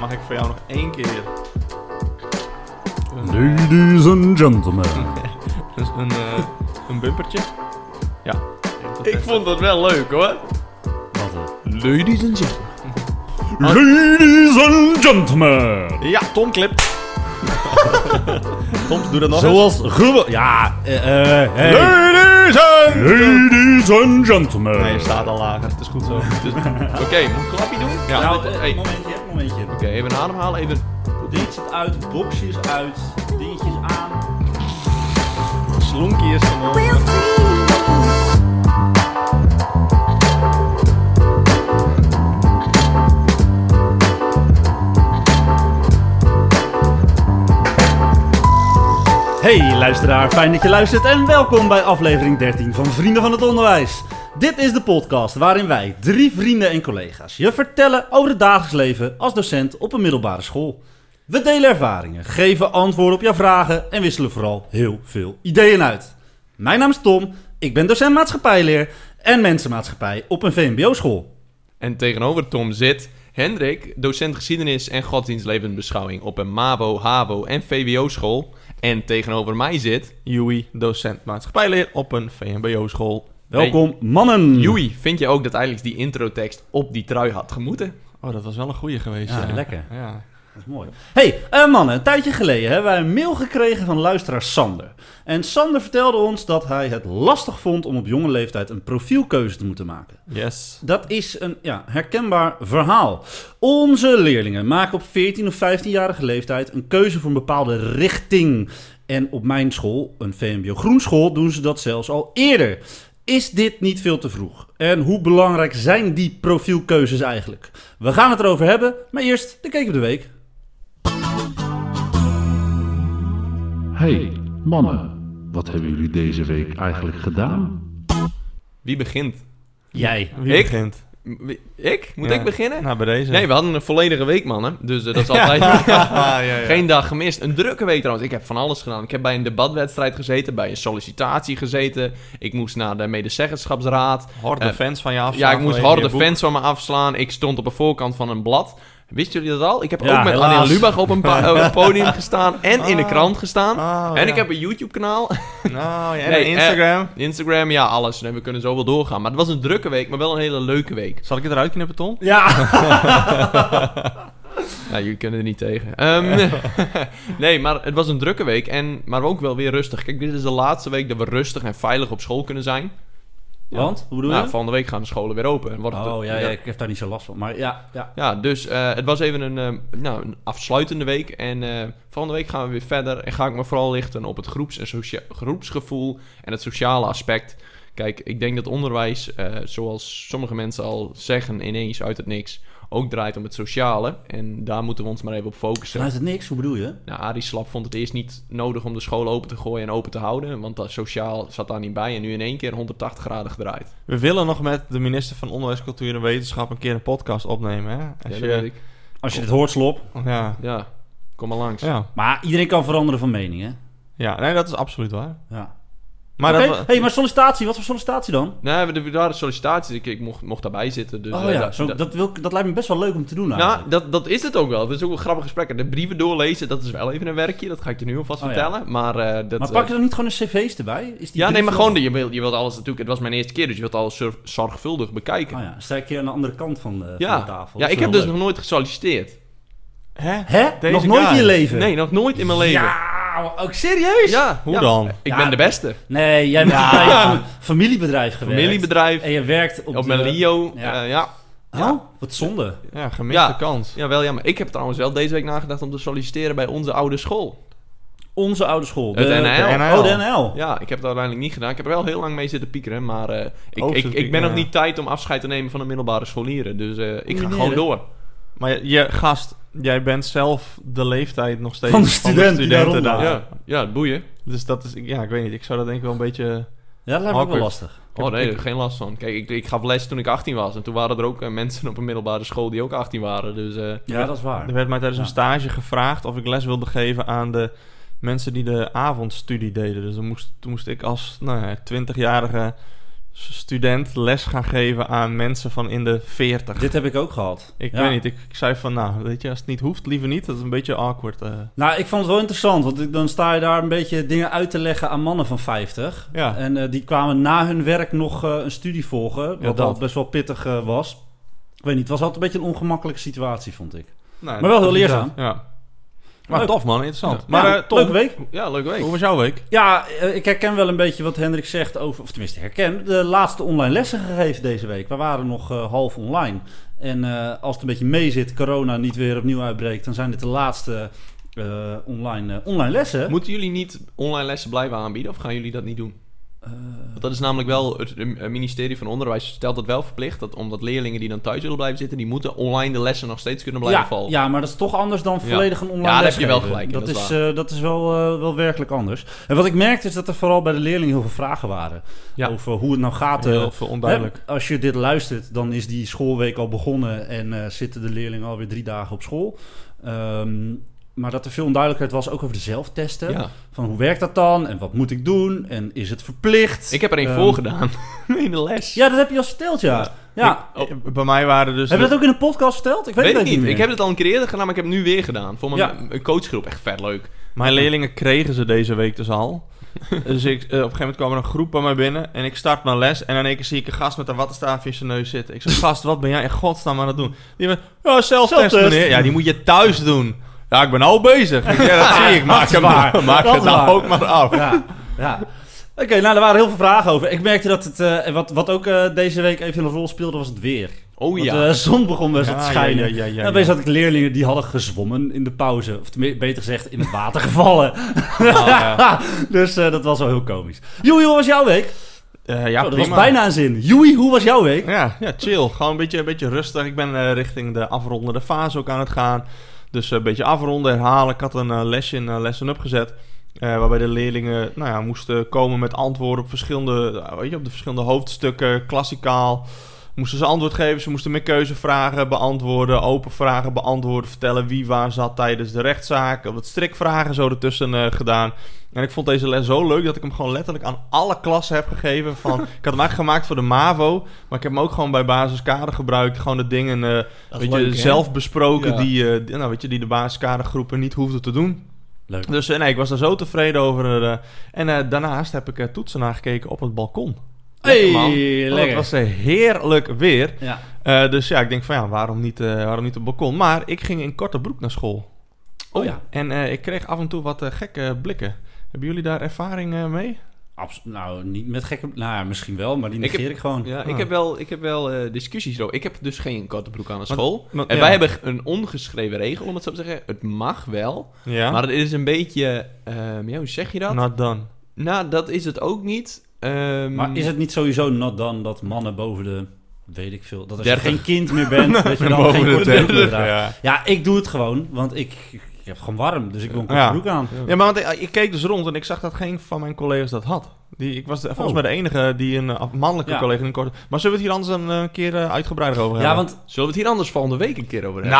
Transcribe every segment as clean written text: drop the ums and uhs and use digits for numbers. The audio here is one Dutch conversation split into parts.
mag ik voor jou nog 1 keer... Ladies and gentlemen. een bumpertje? Ja. Ik vond dat wel leuk hoor. Wat Ladies and gentlemen. Ladies and gentlemen. Ja, Tom Clip. Tom, doe dat nog Zoals ja, hey. Ladies and gentlemen. Nee, je staat al lager. Het is goed zo. Oké, moet ik een klapje doen? Ja. Nou, Hey. momentje. Oké, even ademhalen, even... Dingetjes uit, boxjes uit, dingetjes aan. Slonkie is gewoon... Hey luisteraar, fijn dat je luistert en welkom bij aflevering 13 van Vrienden van het Onderwijs. Dit is de podcast waarin wij 3 vrienden en collega's je vertellen over het dagelijks leven als docent op een middelbare school. We delen ervaringen, geven antwoorden op jouw vragen en wisselen vooral heel veel ideeën uit. Mijn naam is Tom, ik ben docent maatschappijleer en mensenmaatschappij op een VMBO-school. En tegenover Tom zit Hendrik, docent geschiedenis en godsdienstlevensbeschouwing op een MAVO, HAVO en VWO-school. En tegenover mij zit... Joey, docent maatschappijleer op een VMBO-school. Welkom mannen! Joey, vind je ook dat eigenlijk die introtekst op die trui had gemoeten? Oh, dat was wel een goeie geweest. Ja, lekker. Ja. Dat is mooi. Hey, mannen, een tijdje geleden hebben wij een mail gekregen van luisteraar Sander. En Sander vertelde ons dat hij het lastig vond om op jonge leeftijd een profielkeuze te moeten maken. Yes. Dat is een herkenbaar verhaal. Onze leerlingen maken op 14 of 15-jarige leeftijd een keuze voor een bepaalde richting. En op mijn school, een VMBO groenschool, doen ze dat zelfs al eerder. Is dit niet veel te vroeg? En hoe belangrijk zijn die profielkeuzes eigenlijk? We gaan het erover hebben, maar eerst de Keek op de Week. Hey, mannen, wat hebben jullie deze week eigenlijk gedaan? Wie begint? Jij. Wie Ik? begint? Ik? Moet Ja. ik beginnen? Nou, bij deze. Nee, we hadden een volledige week, mannen. Dus dat is altijd ja. geen dag gemist. Een drukke week trouwens. Ik heb van alles gedaan. Ik heb bij een debatwedstrijd gezeten, bij een sollicitatie gezeten. Ik moest naar de medezeggenschapsraad. Horde fans van je afslaan. Ja, ik moest vanwege harde je boek. fans van me afslaan. Ik stond op de voorkant van een blad. Wisten jullie dat al? Ik heb Ja, ook met helaas. Arjen Lubach op een podium gestaan en in de krant gestaan. Oh, En ja. ik heb een YouTube-kanaal. Nou, ja, en Nee, Instagram. Instagram, ja, alles. Nee, we kunnen zo wel doorgaan. Maar het was een drukke week, maar wel een hele leuke week. Zal ik het eruit knippen, Tom? Ja. Ja, jullie kunnen er niet tegen. Nee, maar het was een drukke week, maar ook wel weer rustig. Kijk, dit is de laatste week dat we rustig en veilig op school kunnen zijn. Want? Hoe bedoel Nou, je? volgende week gaan de scholen weer open. En wordt het- Oh ja, ik heb daar niet zo last van. Maar ja. Ja, dus het was even een afsluitende week. En volgende week gaan we weer verder. En ga ik me vooral richten op het groepsgevoel en het sociale aspect. Kijk, ik denk dat onderwijs, zoals sommige mensen al zeggen ineens uit het niks, ook draait om het sociale. En daar moeten we ons maar even op focussen. Vanuit het niks, hoe bedoel je? Nou, Arie Slap vond het eerst niet nodig om de school open te gooien en open te houden. Want dat sociaal zat daar niet bij. En nu in één keer 180 graden gedraaid. We willen nog met de minister van Onderwijs, Cultuur en Wetenschap een keer een podcast opnemen, hè? Ja, dat weet ik. Als je dit hoort, Slop. Ja. Ja, kom maar langs. Ja. Maar iedereen kan veranderen van mening, hè? Ja, nee, dat is absoluut waar. Ja. Maar Oké, dat... hey, maar sollicitatie, wat voor sollicitatie dan? Nee, er waren sollicitaties. Ik mocht daarbij zitten. Dus, Dat lijkt me best wel leuk om te doen nou, eigenlijk. dat is het ook wel. Het is ook een grappig gesprek. De brieven doorlezen, dat is wel even een werkje. Dat ga ik je nu alvast Oh, ja. vertellen. Maar, Maar pak je dan niet gewoon een cv's erbij? Is die ja, nee, maar brief gewoon, je wilt alles natuurlijk... Het was mijn eerste keer, dus je wilt alles zorgvuldig bekijken. nog- Oh ja, sta ik hier aan de andere kant van de ja. tafel. Ja, Dat ik is heb wel dus leuk. nog nooit gesolliciteerd. Hè? Deze Nog nooit guy. in je leven? Nee, nog nooit in mijn leven. Ja, ook serieus? Ja, Hoe dan? Ik Ja. ben de beste. Nee, jij bent bij een familiebedrijf gewerkt. Familiebedrijf, En je werkt op mijn Lio. Ja. Ja. Oh, wat zonde. Ja, gemiste Ja. kans. Jawel, ja, maar ik heb trouwens wel deze week nagedacht om te solliciteren bij onze oude school. Onze oude school. Het NL. Oh, de NL. Ja, ik heb het uiteindelijk niet gedaan. Ik heb er wel heel lang mee zitten piekeren, maar ik ben ja. nog niet tijd om afscheid te nemen van de middelbare scholieren. Dus ik ga Meneer. gewoon door. Maar je gast, jij bent zelf de leeftijd nog steeds Van de student die daar studenten rondloopt. Ja, het boeien. Dus dat is, ja, ik weet niet. Ik zou dat denk ik wel een beetje... Ja, dat lijkt me ook wel Awkward. lastig. Oh nee, geen last van. Kijk, ik gaf les toen ik 18 was. En toen waren er ook mensen op een middelbare school die ook 18 waren. Dus Ja, dat is waar. Er werd mij tijdens Ja. een stage gevraagd of ik les wilde geven aan de mensen die de avondstudie deden. Dus toen moest ik als 20-jarige student les gaan geven aan mensen van in de 40. Dit heb ik ook gehad. Ik weet niet, ik zei van, nou, weet je, als het niet hoeft, liever niet. Dat is een beetje awkward. Nou, ik vond het wel interessant, want dan sta je daar een beetje dingen uit te leggen aan mannen van 50. Ja. En die kwamen na hun werk nog een studie volgen, wat dat. al best wel pittig was. Ik weet niet, het was altijd een beetje een ongemakkelijke situatie, vond ik. Nou, Maar wel heel leerzaam. Ja. Maar Leuk. tof, man. Interessant. Ja. Maar Ja, Tom, leuke week. Ja, leuke week. hoe was jouw week? Ja, ik herken wel een beetje wat Hendrik zegt over... Of tenminste, herken. De laatste online lessen gegeven deze week. We waren nog half online. En als het een beetje mee zit, corona niet weer opnieuw uitbreekt... dan zijn dit de laatste online lessen. Moeten jullie niet online lessen blijven aanbieden of gaan jullie dat niet doen? Want dat is namelijk wel, het ministerie van Onderwijs stelt het wel verplicht, dat omdat leerlingen die dan thuis willen blijven zitten, die moeten online de lessen nog steeds kunnen blijven volgen. Ja, maar dat is toch anders dan volledig een online Ja, daar les heb je wel geven. gelijk in, Dat is wel werkelijk anders. En wat ik merkte is dat er vooral bij de leerlingen heel veel vragen waren. Ja. Over hoe het nou gaat. Heel veel onduidelijk. Als je dit luistert, dan is die schoolweek al begonnen en zitten de leerlingen alweer 3 dagen op school. Maar dat er veel onduidelijkheid was, ook over de zelftesten. Ja. Van hoe werkt dat dan? En wat moet ik doen? En is het verplicht? Ik heb er een voor gedaan in de les. Ja, dat heb je al verteld, ja. Bij mij waren dus... Heb je dat ook in een podcast verteld? Ik Weet het ik niet. meer. Ik heb het al een keer eerder gedaan, maar ik heb het nu weer gedaan. Voor mijn coachgroep. Echt vet leuk. Mijn leerlingen kregen ze deze week dus al. Dus op een gegeven moment kwam er een groep bij mij binnen. En ik start mijn les. En in één keer zie ik een gast met een wattenstaafje in zijn neus zitten. Ik zeg, gast, wat ben jij in godsnaam aan het doen? Die zegt, ja, zelftest, meneer. Ja, die moet je thuis doen. Ja, ik ben al bezig. Ik zeg, ja, dat zie ik. Maak het nou ook maar af. Ja. Oké, nou, er waren heel veel vragen over. Ik merkte dat het, wat ook deze week even een rol speelde, was het weer. Oh Want ja. de zon begon best wat te schijnen. Ja. En opeens had ik leerlingen die hadden gezwommen in de pauze. Of beter gezegd, in het water gevallen. Dus dat was wel heel komisch. Joey, hoe was jouw week? Ja, dat prima. was bijna een zin. Joey, hoe was jouw week? Ja, chill. Gewoon een beetje rustig. Ik ben richting de afrondende fase ook aan het gaan. Dus een beetje afronden, herhalen. Ik had een lesje in Lesson Up gezet. Waarbij de leerlingen moesten komen met antwoorden op op de verschillende hoofdstukken, klassikaal. Moesten ze antwoord geven, ze moesten meer keuzevragen beantwoorden, open vragen beantwoorden, vertellen wie waar zat tijdens de rechtszaak, wat strikvragen zo ertussen gedaan. En ik vond deze les zo leuk dat ik hem gewoon letterlijk aan alle klassen heb gegeven. Ik had hem eigenlijk gemaakt voor de MAVO, maar ik heb hem ook gewoon bij basiskader gebruikt. Gewoon de dingen zelf besproken die de basiskadergroepen niet hoefden te doen. Leuk. Dus ik was daar zo tevreden over. Daarnaast heb ik toetsen nagekeken op het balkon. Hey, lekker. lekker. Het was heerlijk weer. Ja. Dus ik denk van waarom niet op het balkon? Maar ik ging in korte broek naar school. Oh ja. En ik kreeg af en toe wat gekke blikken. Hebben jullie daar ervaring mee? Nou, niet met gekke... Nou ja, misschien wel, maar die negeer ik gewoon. Ja, Ah. ik heb wel discussies erover. Ik heb dus geen korte broek aan de school. Want, en wij hebben een ongeschreven regel, om het zo te zeggen. Het mag wel. Ja. Maar het is een beetje... hoe zeg je dat? Not done. Nou, dat is het ook niet. Maar is het niet sowieso not done dat mannen boven de... Weet ik veel. Dat als 30. je geen kind meer bent, dat je dan Boven geen de korte broek 30, meer draagt. ja. Ja, ik doe het gewoon, want ik heb het gewoon warm. Dus ik wil een korte broek aan. Ja, maar want ik keek dus rond en ik zag dat geen van mijn collega's dat had. Ik was volgens mij de enige die een mannelijke collega in korte... Maar zullen we het hier anders een keer uitgebreider over hebben? Ja, want... Zullen we het hier anders volgende week een keer over hebben?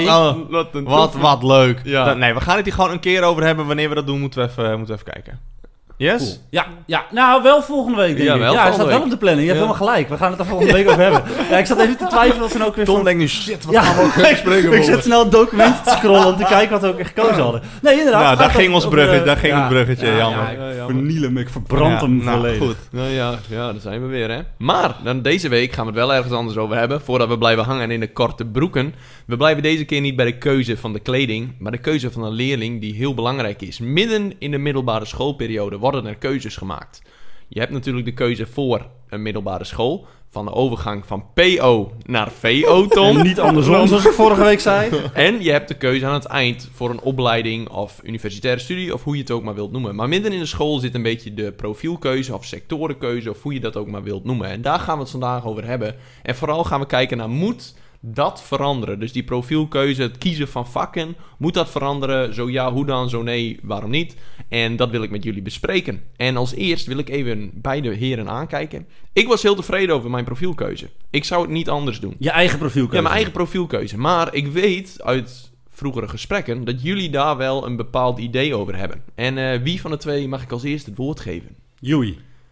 Nou, wat leuk. Ja. Nee, we gaan het hier gewoon een keer over hebben. Wanneer we dat doen, moeten we even kijken. Yes? Cool. Ja, nou wel volgende week denk Ja, ik. wel Ja, hij volgende staat wel week. op de planning. Je hebt helemaal gelijk. We gaan het er volgende week over hebben. Ja, ik zat even te twijfelen of ze nou ook weer... Tom denkt nu, shit, wat Ja, gaan we ook bespreken? ik zit snel het document te scrollen om te kijken wat we ook echt gekozen hadden. Nee, inderdaad. Nou, daar gaat ging ons over, bruggetje, daar ging ja, ons bruggetje, ja, jammer. Ja, ik Ja, jammer. verniel hem, ik verbrand hem nou, volledig. goed. Nou ja, daar zijn we weer, hè. Maar, dan deze week gaan we het wel ergens anders over hebben, voordat we blijven hangen in de korte broeken. We blijven deze keer niet bij de keuze van de kleding, maar de keuze van een leerling die heel belangrijk is. Midden in de middelbare schoolperiode worden er keuzes gemaakt. Je hebt natuurlijk de keuze voor een middelbare school, van de overgang van PO naar VO, Tom. En niet andersom, zoals ik vorige week zei. En je hebt de keuze aan het eind voor een opleiding of universitaire studie, of hoe je het ook maar wilt noemen. Maar midden in de school zit een beetje de profielkeuze of sectorenkeuze, of hoe je dat ook maar wilt noemen. En daar gaan we het vandaag over hebben. En vooral gaan we kijken naar, moet dat veranderen? Dus die profielkeuze, het kiezen van vakken, moet dat veranderen? Zo ja, hoe dan? Zo nee, waarom niet? En dat wil ik met jullie bespreken. En als eerst wil ik even beide heren aankijken. Ik was heel tevreden over mijn profielkeuze. Ik zou het niet anders doen. Je eigen profielkeuze. Ja, mijn eigen profielkeuze. Maar ik weet uit vroegere gesprekken dat jullie daar wel een bepaald idee over hebben. En wie van de twee mag ik als eerste het woord geven? Joey.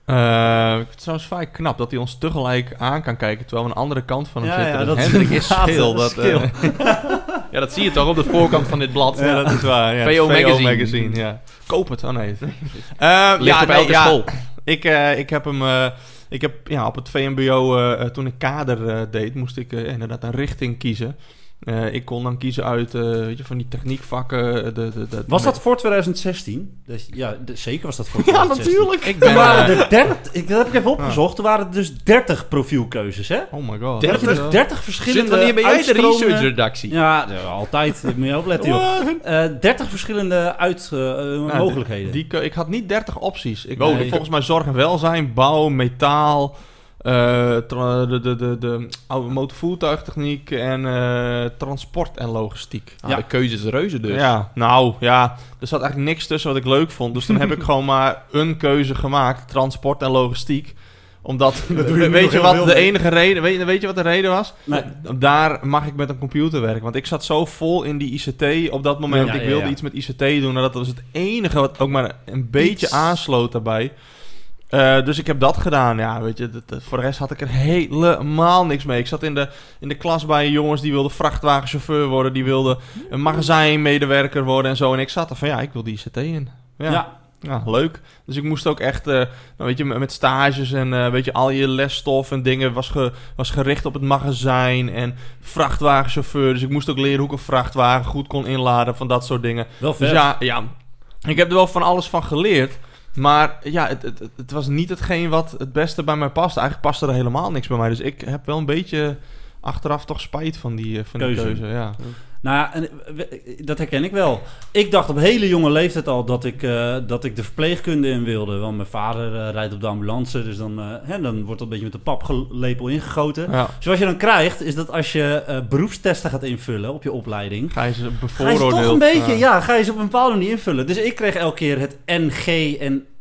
Ik vind het trouwens vrij knap dat hij ons tegelijk aan kan kijken terwijl we aan de andere kant van hem zitten. Ja, Dus dat Hendrik is scheel. Ja, dat zie je toch op de voorkant van dit blad. Ja, dat is waar. Ja, VO VO Magazine. ja. Koop het. Oh nee. Ligt op elke school. Ik heb hem... Ik heb op het VMBO, toen ik kader deed, moest ik inderdaad een richting kiezen. Ik kon dan kiezen uit van die techniekvakken. Was dat voor 2016? Dus, zeker was dat voor 2016. Ja, natuurlijk. Toen waren er 30, dat heb ik even opgezocht. Toen waren er dus 30 profielkeuzes, hè? Oh my god. 30, dus 30 verschillende Wanneer ben jij de uitstromingen. research-redactie? Ja, altijd. Ik moet je opletten, joh. 30 verschillende mogelijkheden. Ik had niet 30 opties. Ik Oh, volgens mij zorg en welzijn, bouw, metaal... de motorvoertuigtechniek en transport en logistiek. De keuze is reuze dus. Ja, er zat eigenlijk niks tussen wat ik leuk vond. Dus toen heb ik gewoon maar een keuze gemaakt. Transport en logistiek. Omdat, weet je wat de enige reden, weet je wat de reden was? Nee. Daar mag ik met een computer werken. Want ik zat zo vol in die ICT op dat moment. Ik wilde iets met ICT doen. En dat was het enige wat ook maar een beetje aansloot daarbij. Dus ik heb dat gedaan. Ja, weet je, voor de rest had ik er helemaal niks mee. Ik zat in de klas bij jongens die wilden vrachtwagenchauffeur worden. Die wilden een magazijnmedewerker worden en zo. En ik zat er van, ik wil die ICT in. Ja, leuk. Dus ik moest ook echt, weet je, met stages en weet je, al je lesstof en dingen was gericht op het magazijn en vrachtwagenchauffeur. Dus ik moest ook leren hoe ik een vrachtwagen goed kon inladen, van dat soort dingen. Wel vet. Dus ja, ik heb er wel van alles van geleerd. Maar ja, het was niet hetgeen wat het beste bij mij paste. Eigenlijk paste er helemaal niks bij mij. Dus ik heb wel een beetje achteraf toch spijt van die keuze. Ja. Nou ja, en dat herken ik wel. Ik dacht op hele jonge leeftijd al dat ik de verpleegkunde in wilde. Want mijn vader rijdt op de ambulance. Dus dan wordt dat een beetje met de paplepel ingegoten. Ja. Dus wat je dan krijgt, is dat als je beroepstesten gaat invullen op je opleiding... Ga je ze Ga je bevooroordeeld... ze toch een beetje, ga je ze op een bepaalde manier invullen. Dus ik kreeg elke keer het NG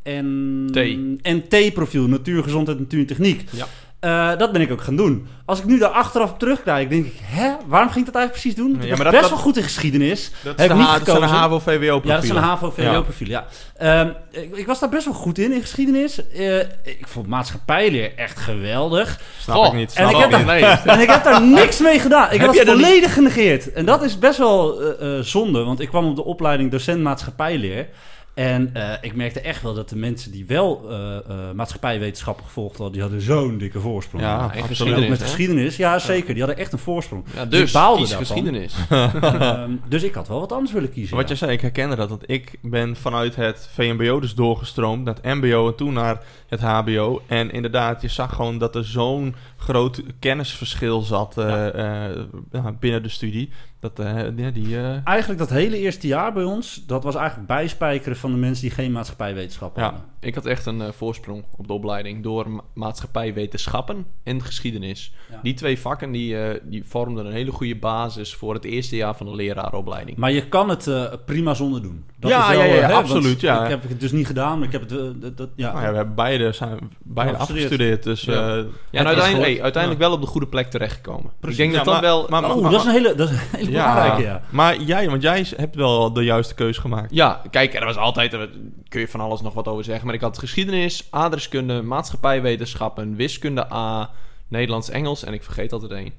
en T-profiel. Natuur, gezondheid, natuur en techniek. Ja. Dat ben ik ook gaan doen. Als ik nu daar achteraf op terugkijk, denk ik... waarom ging ik dat eigenlijk precies doen? Ik was best wel goed in geschiedenis. Dat is een HAVO-VWO-profiel. Ja, dat is een HAVO-VWO-profiel, ja. Ik was daar best wel goed in geschiedenis. Ik vond maatschappijleer echt geweldig. Snap ik niet. En ik heb daar niks mee gedaan. Ik heb dat volledig genegeerd. En dat is best wel zonde, want ik kwam op de opleiding docent maatschappijleer... En ik merkte echt wel dat de mensen die wel maatschappijwetenschappen gevolgd hadden... die hadden zo'n dikke voorsprong. Ja, en geschiedenis, met geschiedenis, zeker. Die hadden echt een voorsprong. Ja, dus kies geschiedenis. Dus ik had wel wat anders willen kiezen. Wat jij zei, ik herkende dat. Want ik ben vanuit het VMBO dus doorgestroomd naar het MBO en toen naar het HBO. En inderdaad, je zag gewoon dat er zo'n groot kennisverschil zat binnen de studie. Eigenlijk dat hele eerste jaar bij ons, dat was eigenlijk bijspijkeren van de mensen die geen maatschappijwetenschappen hadden. Ik had echt een voorsprong op de opleiding door maatschappijwetenschappen en geschiedenis. Ja. Die twee vakken die vormden een hele goede basis voor het eerste jaar van de leraaropleiding. Maar je kan het prima zonder doen. Dat is wel, absoluut. Ja. Ik heb het dus niet gedaan, maar ik heb het... we hebben beide afgestudeerd. Dus, en uiteindelijk wel op de goede plek terechtgekomen. Precies. Ik denk dat wel... dat is een hele belangrijke, ja. Maar jij hebt wel de juiste keuze gemaakt. Ja, kijk, er was altijd... kun je van alles nog wat over zeggen. Maar ik had geschiedenis, aardrijkskunde, maatschappijwetenschappen, wiskunde A, Nederlands, Engels en ik vergeet altijd één.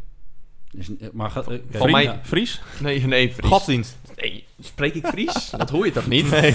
Van mij Fries? Nee, Fries. Godsdienst. Nee, spreek ik Fries? Dat hoor je toch niet? Nee.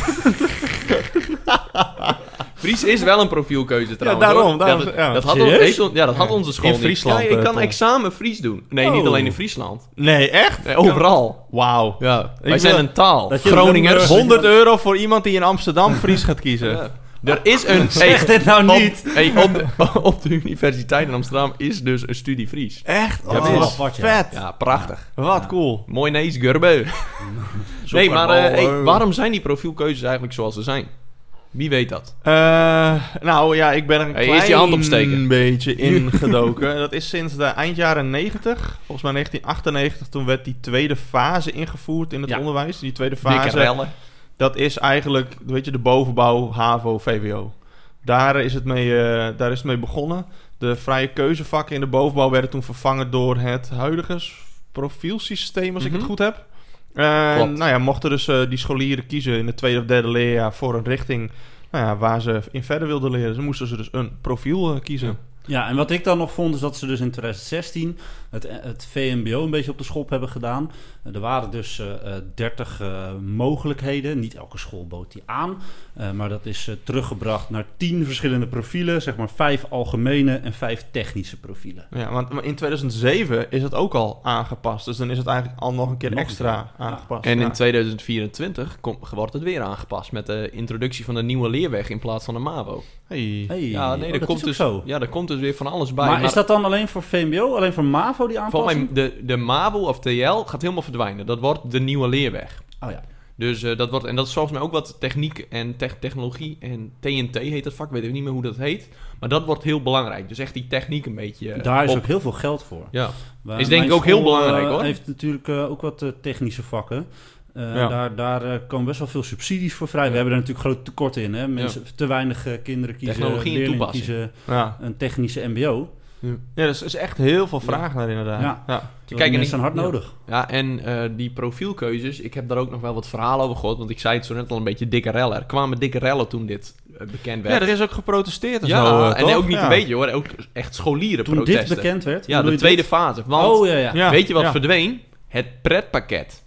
Fries is wel een profielkeuze trouwens. Ja, daarom. Dat had onze school in Friesland. Ja, ik kan examen Fries doen. Nee, niet alleen in Friesland. Nee, echt? Nee, overal. Wauw. Ja, wij zijn een taal. Groningers. €100 voor iemand die in Amsterdam Fries gaat kiezen. Ja. Er is een... Zeg dit nou niet! Op de Universiteit in Amsterdam is dus een studie Fries. Echt? Vet! Ja, prachtig. Wat cool. Mooi nees, Gurbe. Nee, maar waarom zijn die profielkeuzes eigenlijk zoals ze zijn? Wie weet dat? Ik ben er een beetje ingedoken. Dat is sinds de eind jaren 90. Volgens mij 1998. Toen werd die tweede fase ingevoerd in het onderwijs. Die tweede fase... Dat is eigenlijk, weet je, de bovenbouw HAVO, VWO. Daar is het mee begonnen. De vrije keuzevakken in de bovenbouw werden toen vervangen door het huidige profielsysteem, als ik het goed heb. Mochten dus die scholieren kiezen in het tweede of derde leerjaar voor een richting waar ze in verder wilden leren. Ze moesten ze dus een profiel kiezen. Ja, en wat ik dan nog vond is dat ze dus in 2016 het VMBO een beetje op de schop hebben gedaan. Er waren dus 30 mogelijkheden. Niet elke school bood die aan. Maar dat is teruggebracht naar 10 verschillende profielen. Zeg maar 5 algemene en 5 technische profielen. Ja, maar in 2007 is het ook al aangepast. Dus dan is het eigenlijk al nog een keer extra aangepast. En in 2024 wordt het weer aangepast met de introductie van de nieuwe leerweg in plaats van de MAVO. Ja, nee, dat komt dus zo. Ja, er komt dus weer van alles bij. Maar is dat dan alleen voor VMBO, alleen voor MAVO die aanpassing? Volgens mij, de MAVO of TL gaat helemaal verdwijnen. Dat wordt de nieuwe leerweg. Oh ja. Dus dat wordt, en dat is volgens mij ook wat techniek en technologie en TNT heet het vak. Weet ik niet meer hoe dat heet. Maar dat wordt heel belangrijk. Dus echt die techniek een beetje daar is ook heel veel geld voor. Ja. Is denk ik ook heel belangrijk hoor. Heeft natuurlijk ook wat technische vakken. Daar komen best wel veel subsidies voor vrij. We hebben er natuurlijk grote tekorten in. Hè? Mensen, te weinig kinderen kiezen, technologie en toepassing. Kiezen een technische mbo. Ja, dus er is echt heel veel vraag naar inderdaad. Ja. Kijk, mensen zijn hard nodig. Ja, en die profielkeuzes, ik heb daar ook nog wel wat verhalen over gehoord, want ik zei het zo net al een beetje dikke rellen. Er kwamen dikke rellen toen dit bekend werd. Ja, er is ook geprotesteerd en zo, zo, en toch? ook niet een beetje hoor, ook echt scholieren toen protesten. Dit bekend werd? Ja, de tweede fase. Want, weet je wat verdween? Het pretpakket.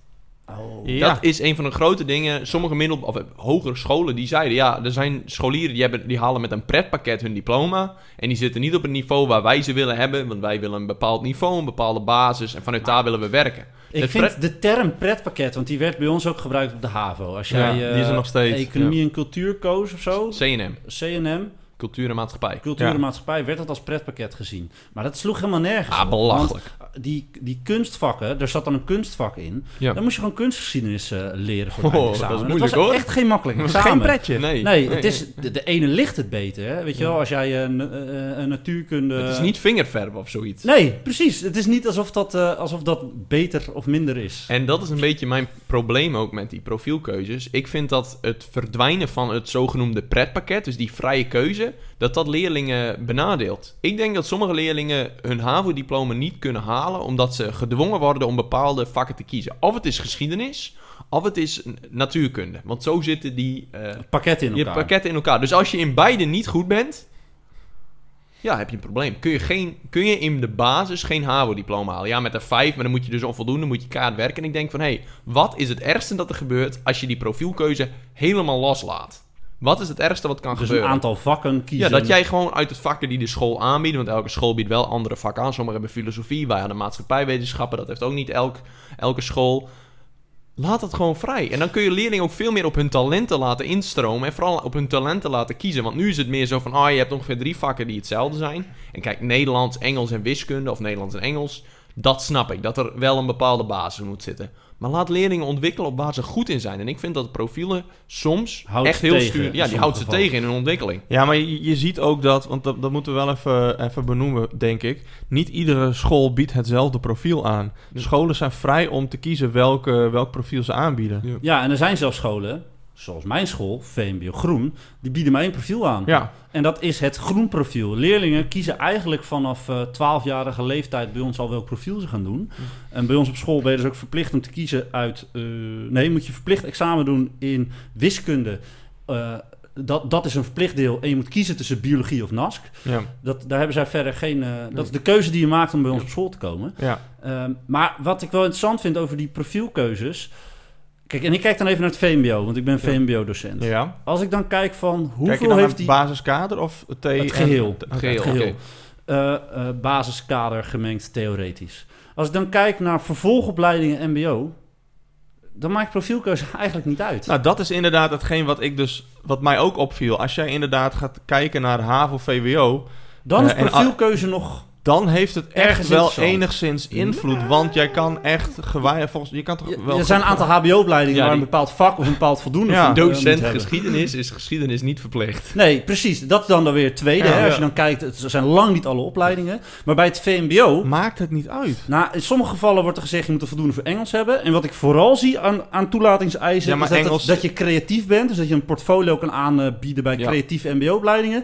Dat is een van de grote dingen. Sommige hogere scholen die zeiden... er zijn scholieren die halen met een pretpakket hun diploma. En die zitten niet op het niveau waar wij ze willen hebben. Want wij willen een bepaald niveau, een bepaalde basis. En vanuit daar willen we werken. Ik vind de term pretpakket... want die werd bij ons ook gebruikt op de HAVO. Als jij die is er nog steeds. Economie en cultuur koos of zo... CNM. Cultuur en maatschappij. Cultuur en maatschappij werd dat als pretpakket gezien. Maar dat sloeg helemaal nergens op. Belachelijk. Want die kunstvakken, er zat dan een kunstvak in. Ja. Dan moest je gewoon kunstgeschiedenis leren voor het examen. Dat is moeilijk, hoor. Echt geen makkelijk examen. Geen pretje. Nee. Het is, de ene ligt het beter. Hè? Weet je wel, als jij een natuurkunde... Het is niet vingerverf of zoiets. Nee, precies. Het is niet alsof dat beter of minder is. En dat is een beetje mijn probleem ook met die profielkeuzes. Ik vind dat het verdwijnen van het zogenoemde pretpakket, dus die vrije keuze, dat leerlingen benadeelt. Ik denk dat sommige leerlingen hun HAVO-diploma niet kunnen halen omdat ze gedwongen worden om bepaalde vakken te kiezen. Of het is geschiedenis, of het is natuurkunde. Want zo zitten die pakketten in elkaar. Dus als je in beide niet goed bent, heb je een probleem. Kun je in de basis geen HAVO-diploma halen? Ja, met een 5, maar dan moet je dus onvoldoende, moet je kaart werken. En ik denk van, wat is het ergste dat er gebeurt als je die profielkeuze helemaal loslaat? Wat is het ergste wat kan gebeuren? Dus een aantal vakken kiezen. Ja, dat jij gewoon uit het vakken die de school aanbiedt, want elke school biedt wel andere vakken aan. Sommigen hebben filosofie, wij hadden maatschappijwetenschappen, dat heeft ook niet elke school. Laat het gewoon vrij. En dan kun je leerlingen ook veel meer op hun talenten laten instromen en vooral op hun talenten laten kiezen. Want nu is het meer zo van, je hebt ongeveer 3 vakken die hetzelfde zijn. En kijk, Nederlands, Engels en wiskunde, of Nederlands en Engels, dat snap ik, dat er wel een bepaalde basis moet zitten. Maar laat leerlingen ontwikkelen op waar ze goed in zijn. En ik vind dat de profielen soms echt heel sturen. Ja, die houdt ze tegen in hun ontwikkeling. Ja, maar je ziet ook want dat moeten we wel even benoemen, denk ik. Niet iedere school biedt hetzelfde profiel aan. De scholen zijn vrij om te kiezen welk profiel ze aanbieden. Ja, en er zijn zelfs scholen, zoals mijn school, VMBO Groen, die bieden maar 1 profiel aan. Ja. En dat is het groenprofiel. Leerlingen kiezen eigenlijk vanaf 12-jarige leeftijd bij ons al welk profiel ze gaan doen. En bij ons op school ben je dus ook verplicht om te kiezen uit... moet je verplicht examen doen in wiskunde. Dat is een verplicht deel. En je moet kiezen tussen biologie of NASC. Ja. Daar hebben zij verder geen... dat is de keuze die je maakt om bij ons op school te komen. Ja. Maar wat ik wel interessant vind over die profielkeuzes... Kijk, en ik kijk dan even naar het VMBO, want ik ben VMBO-docent. Ja. Als ik dan kijk van hoeveel heeft die... basiskader of het geheel? Het geheel. Basiskader gemengd theoretisch. Als ik dan kijk naar vervolgopleidingen MBO, dan maakt profielkeuze eigenlijk niet uit. Nou, dat is inderdaad hetgeen wat mij ook opviel. Als jij inderdaad gaat kijken naar HAVO, VWO... Dan is profielkeuze nog... Dan heeft het echt wel enigszins invloed. Want jij kan echt je kan toch wel... Er zijn een aantal HBO-opleidingen waar een bepaald vak of een bepaald voldoende van docent geschiedenis is geschiedenis niet verplicht. Nee, precies. Dat is dan weer het tweede. Als je dan kijkt, het zijn lang niet alle opleidingen. Maar bij het VMBO... Maakt het niet uit. Nou, in sommige gevallen wordt er gezegd, je moet er voldoende voor Engels hebben. En wat ik vooral zie aan toelatingseisen... is dat je creatief bent. Dus dat je een portfolio kan aanbieden bij creatieve MBO-opleidingen.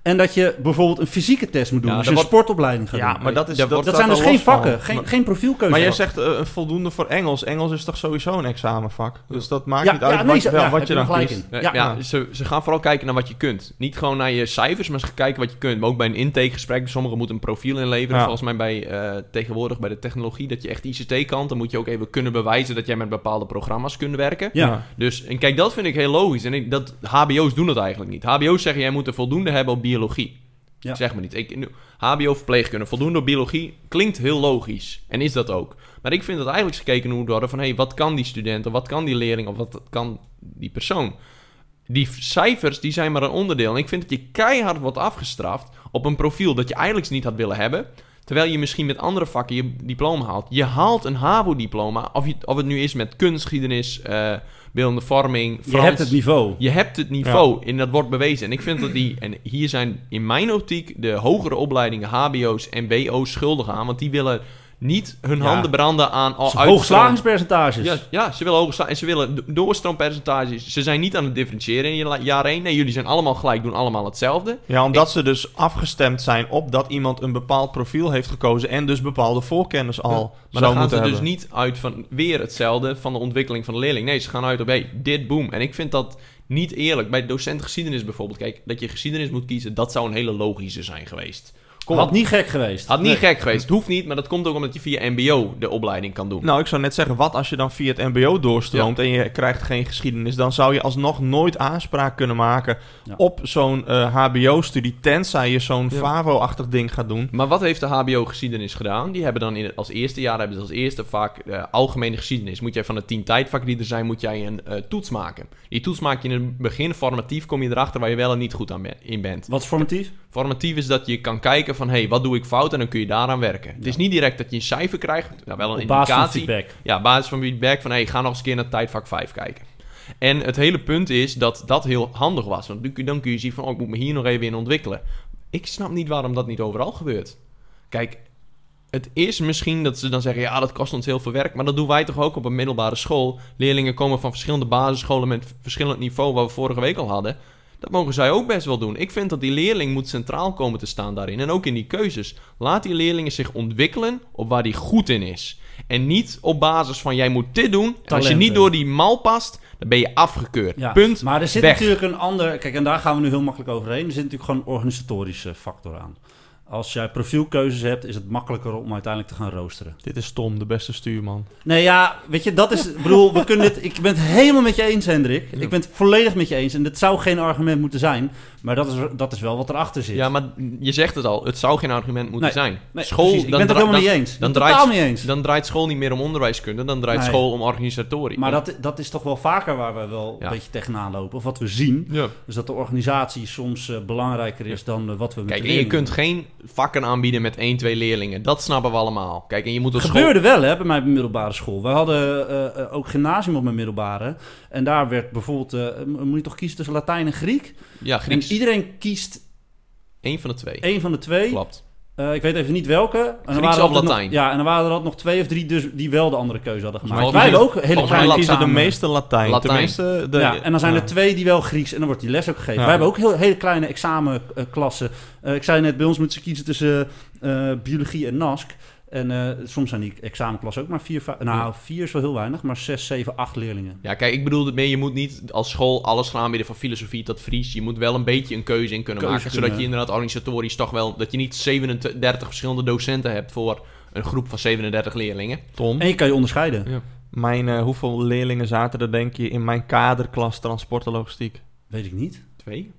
En dat je bijvoorbeeld een fysieke test moet doen. Ja, als je een sportopleiding gaat doen. maar dat is... Dat zijn dus geen vakken, geen profielkeuze. Maar jij zegt een voldoende voor Engels. Engels is toch sowieso een examenvak? Dus dat maakt Ja, niet uit ja, nee, wat je dan gelijk kiest. in. Ja, ze gaan vooral kijken naar wat je kunt. Niet gewoon naar je cijfers, maar ze gaan kijken wat je kunt. Maar ook bij een intakegesprek, sommigen moeten een profiel inleveren. Ja. Volgens mij tegenwoordig bij de technologie, dat je echt ICT kan. Dan moet je ook even kunnen bewijzen dat jij met bepaalde programma's kunt werken. Ja. Dus, en kijk, dat vind ik heel logisch. En dat HBO's doen dat eigenlijk niet. HBO's zeggen, jij moet een voldoende hebben op biologie. Ja. Zeg maar niet. HBO verpleegkunde, voldoende op biologie, klinkt heel logisch. En is dat ook. Maar ik vind dat eigenlijk gekeken moet worden van... wat kan die student, of wat kan die leerling, of wat kan die persoon? Die cijfers, die zijn maar een onderdeel. En ik vind dat je keihard wordt afgestraft op een profiel dat je eigenlijk niet had willen hebben... Terwijl je misschien met andere vakken je diploma haalt. Je haalt een HAVO-diploma, of het nu is met kunstgeschiedenis, beeldende vorming, Frans. Je hebt het niveau. Je hebt het niveau en dat wordt bewezen. En ik vind dat en hier zijn in mijn optiek de hogere opleidingen, HBO's en WO's schuldig aan. Want die willen niet hun handen branden aan hoogslagingspercentages. Ja, ze willen en ze willen doorstroompercentages. Ze zijn niet aan het differentiëren in jaar 1. Nee, jullie zijn allemaal gelijk, doen allemaal hetzelfde. Ja, omdat ze dus afgestemd zijn op dat iemand een bepaald profiel heeft gekozen en dus bepaalde voorkennis al Maar dan gaan ze dus niet uit van weer hetzelfde van de ontwikkeling van de leerling. Nee, ze gaan uit op dit, boom. En ik vind dat niet eerlijk. Bij docent geschiedenis bijvoorbeeld, kijk, dat je geschiedenis moet kiezen, dat zou een hele logische zijn geweest. Had niet gek geweest. Gek geweest. Het hoeft niet, maar dat komt ook omdat je via mbo de opleiding kan doen. Nou, ik zou net zeggen, wat als je dan via het mbo doorstroomt en je krijgt geen geschiedenis, dan zou je alsnog nooit aanspraak kunnen maken op zo'n hbo-studie, tenzij je zo'n FAVO-achtig ding gaat doen. Maar wat heeft de hbo-geschiedenis gedaan? Die hebben dan als eerste jaar, als eerste vaak algemene geschiedenis. Moet jij van de 10 tijdvakken die er zijn, moet jij een toets maken. Die toets maak je in het begin formatief, kom je erachter waar je wel en niet goed in bent. Wat is formatief? Formatief is dat je kan kijken van, wat doe ik fout? En dan kun je daaraan werken. Het is niet direct dat je een cijfer krijgt, nou, wel een indicatie. Basis van feedback. Ja, basis van feedback van, ga nog eens een keer naar tijdvak 5 kijken. En het hele punt is dat dat heel handig was. Want dan kun je zien van, ik moet me hier nog even in ontwikkelen. Ik snap niet waarom dat niet overal gebeurt. Kijk, het is misschien dat ze dan zeggen, dat kost ons heel veel werk. Maar dat doen wij toch ook op een middelbare school. Leerlingen komen van verschillende basisscholen met verschillend niveau, wat we vorige week al hadden. Dat mogen zij ook best wel doen. Ik vind dat die leerling moet centraal komen te staan daarin. En ook in die keuzes. Laat die leerlingen zich ontwikkelen op waar die goed in is. En niet op basis van, jij moet dit doen. En als je niet door die mal past, dan ben je afgekeurd. Ja, Punt. maar er zit weg. natuurlijk een ander... Kijk, en daar gaan we nu heel makkelijk overheen. Er zit natuurlijk gewoon een organisatorische factor aan. Als jij profielkeuzes hebt, is het makkelijker om uiteindelijk te gaan roosteren. Dit is Tom, de beste stuurman. Nee, ja, weet je, dat is... Ik bedoel, ik ben het helemaal met je eens, Hendrik. Ja. Ik ben het volledig met je eens. En dit zou geen argument moeten zijn. Maar dat is wel wat erachter zit. Ja, maar je zegt het al. Het zou geen argument moeten zijn. Nee, School, precies. Ik ben het helemaal niet eens. Totaal niet eens. Dan draait school niet meer om onderwijskunde. Dan draait school om organisatorie. Maar dat is toch wel vaker waar we wel een beetje tegenaan lopen. Of wat we zien. Ja. Dus dat de organisatie soms belangrijker is dan wat we met Kijk, de en je leerlingen kunt geen vakken aanbieden met 1, 2 leerlingen. Dat snappen we allemaal. Kijk, en je moet het gebeurde wel, hè, bij mijn middelbare school. We hadden ook gymnasium op mijn middelbare. En daar werd bijvoorbeeld... moet je toch kiezen tussen Latijn en Griek? Ja, Grieks. En iedereen kiest... Eén van de twee. Eén van de twee. Klopt. Ik weet even niet welke. En Grieks of Latijn. En dan waren er nog 2 of 3 dus die wel de andere keuze hadden gemaakt. Volgens wij hebben ook hele kleine kiezen de meeste Latijn. Tenminste, en dan zijn er 2 die wel Grieks en dan wordt die les ook gegeven. Wij hebben ook hele kleine examenklassen. Ik zei net, bij ons moeten ze kiezen tussen biologie en NASC. En soms zijn die examenklassen ook maar 4, 4 is wel heel weinig, maar 6, 7, 8 leerlingen. Ja, kijk, ik bedoel ermee, je moet niet als school alles gaan aanbieden van filosofie tot Fries. Je moet wel een beetje een keuze in kunnen maken, zodat je inderdaad organisatorisch toch wel, dat je niet 37 verschillende docenten hebt voor een groep van 37 leerlingen. Tom. En je kan je onderscheiden. Ja. Hoeveel leerlingen zaten er, denk je, in mijn kaderklas transport en logistiek? Weet ik niet. 2?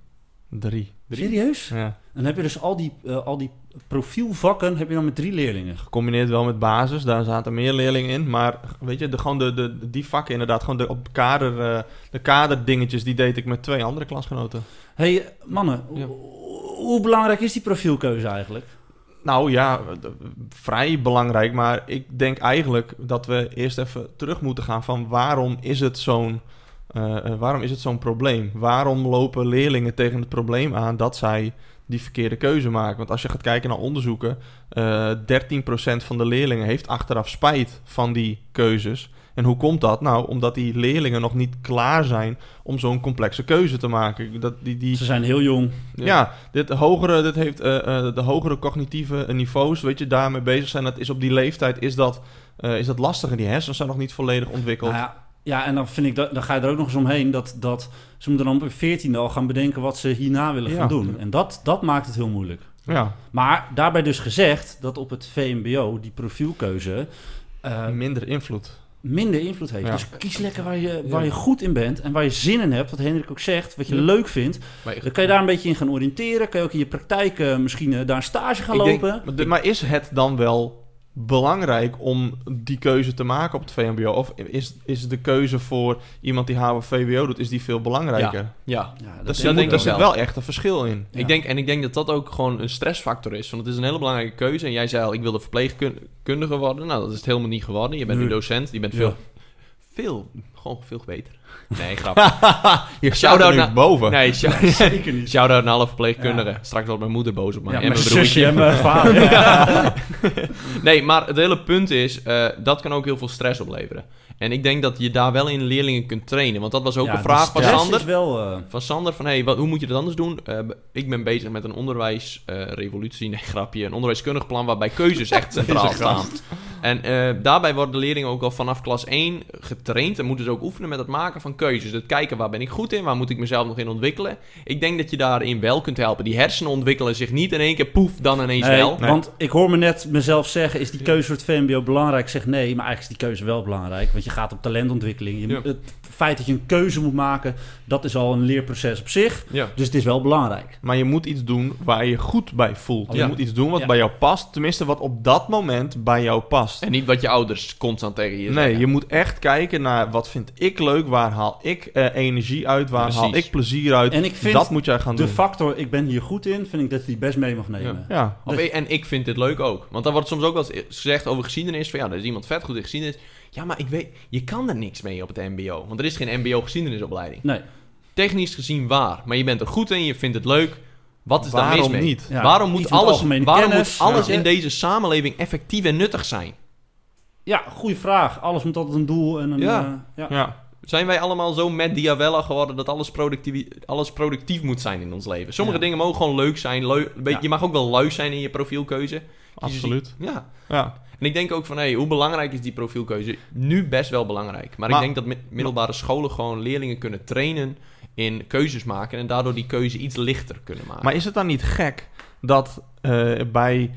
3. Serieus? Ja. En dan heb je dus al die profielvakken heb je dan met 3 leerlingen. Gecombineerd wel met basis, daar zaten meer leerlingen in. Maar weet je, die vakken inderdaad, gewoon de kaderdingetjes, die deed ik met 2 andere klasgenoten. Hey, mannen, hoe belangrijk is die profielkeuze eigenlijk? Nou ja, vrij belangrijk, maar ik denk eigenlijk dat we eerst even terug moeten gaan van waarom is het zo'n probleem? Waarom lopen leerlingen tegen het probleem aan dat zij die verkeerde keuze maken. Want als je gaat kijken naar onderzoeken, 13% van de leerlingen heeft achteraf spijt van die keuzes. En hoe komt dat? Nou, omdat die leerlingen nog niet klaar zijn om zo'n complexe keuze te maken. Ze zijn heel jong. Ja, dit heeft de hogere cognitieve niveaus, weet je, daarmee bezig zijn. Dat is op die leeftijd is dat lastiger. Die hersens zijn nog niet volledig ontwikkeld. Nou ja, en dan vind ik dan ga je er ook nog eens omheen dat ze moeten dan op 14e al gaan bedenken wat ze hierna willen gaan doen. En dat maakt het heel moeilijk. Ja. Maar daarbij dus gezegd dat op het VMBO die profielkeuze minder invloed heeft. Ja. Dus kies lekker waar je goed in bent en waar je zin in hebt. Wat Hendrik ook zegt, wat je leuk vindt. Dan kan je daar een beetje in gaan oriënteren. Kan je ook in je praktijk misschien daar een stage gaan lopen. Maar is het dan wel belangrijk om die keuze te maken op het VMBO? Of is de keuze voor iemand die HAVO-VWO doet, is die veel belangrijker? Ja. Daar zit wel echt een verschil in. Ja. Ik denk dat dat ook gewoon een stressfactor is. Want het is een hele belangrijke keuze. En jij zei al, ik wilde verpleegkundige worden. Nou, dat is het helemaal niet geworden. Je bent nu docent. Je bent veel beter. Nee, grap. Je staat er nu boven. Nee, zeker niet. Shout-out naar alle verpleegkundigen. Ja. Straks wordt mijn moeder boos op mij. Ja, en mijn zusje en mijn vader. Nee, maar het hele punt is, dat kan ook heel veel stress opleveren. En ik denk dat je daar wel in leerlingen kunt trainen. Want dat was ook een vraag van Sander. Van Sander, van hoe moet je dat anders doen? Ik ben bezig met een onderwijsrevolutie. Nee, grapje. Een onderwijskundig plan waarbij keuzes echt centraal staan. En daarbij worden de leerlingen ook al vanaf klas 1 getraind. En moeten ze ook oefenen met het maken van keuzes. Het kijken, waar ben ik goed in? Waar moet ik mezelf nog in ontwikkelen? Ik denk dat je daarin wel kunt helpen. Die hersenen ontwikkelen zich niet in één keer poef, dan ineens wel. Nee. Want ik hoor me net mezelf zeggen, is die keuze voor het VMBO belangrijk? Ik zeg nee, maar eigenlijk is die keuze wel belangrijk. Want je gaat op talentontwikkeling. Het feit dat je een keuze moet maken, dat is al een leerproces op zich. Ja. Dus het is wel belangrijk. Maar je moet iets doen waar je je goed bij voelt. Je moet iets doen wat bij jou past. Tenminste, wat op dat moment bij jou past. En niet wat je ouders constant tegen je zeggen. Nee, je moet echt kijken naar wat vind ik leuk, waar haal ik energie uit, waar haal ik plezier uit. En ik vind dat moet jij gaan doen. De factor, ik ben hier goed in, vind ik dat je die best mee mag nemen. Ja. En ik vind dit leuk ook. Want dan wordt soms ook wel eens gezegd over geschiedenis, van er is iemand vet goed in geschiedenis. Ja, maar ik weet, je kan er niks mee op het mbo. Want er is geen mbo-geschiedenisopleiding. Nee. Technisch gezien waar. Maar je bent er goed in, je vindt het leuk. Wat is daar mis mee? Niet? Ja, waarom moet alles in deze samenleving effectief en nuttig zijn? Ja, goede vraag. Alles moet altijd een doel en een... Zijn wij allemaal zo met Diawella geworden dat alles productief moet zijn in ons leven? Sommige dingen mogen gewoon leuk zijn. Je mag ook wel lui zijn in je profielkeuze. Absoluut. Ja. En ik denk ook van, hoe belangrijk is die profielkeuze? Nu best wel belangrijk. Maar ik denk dat middelbare scholen gewoon leerlingen kunnen trainen in keuzes maken. En daardoor die keuze iets lichter kunnen maken. Maar is het dan niet gek dat bij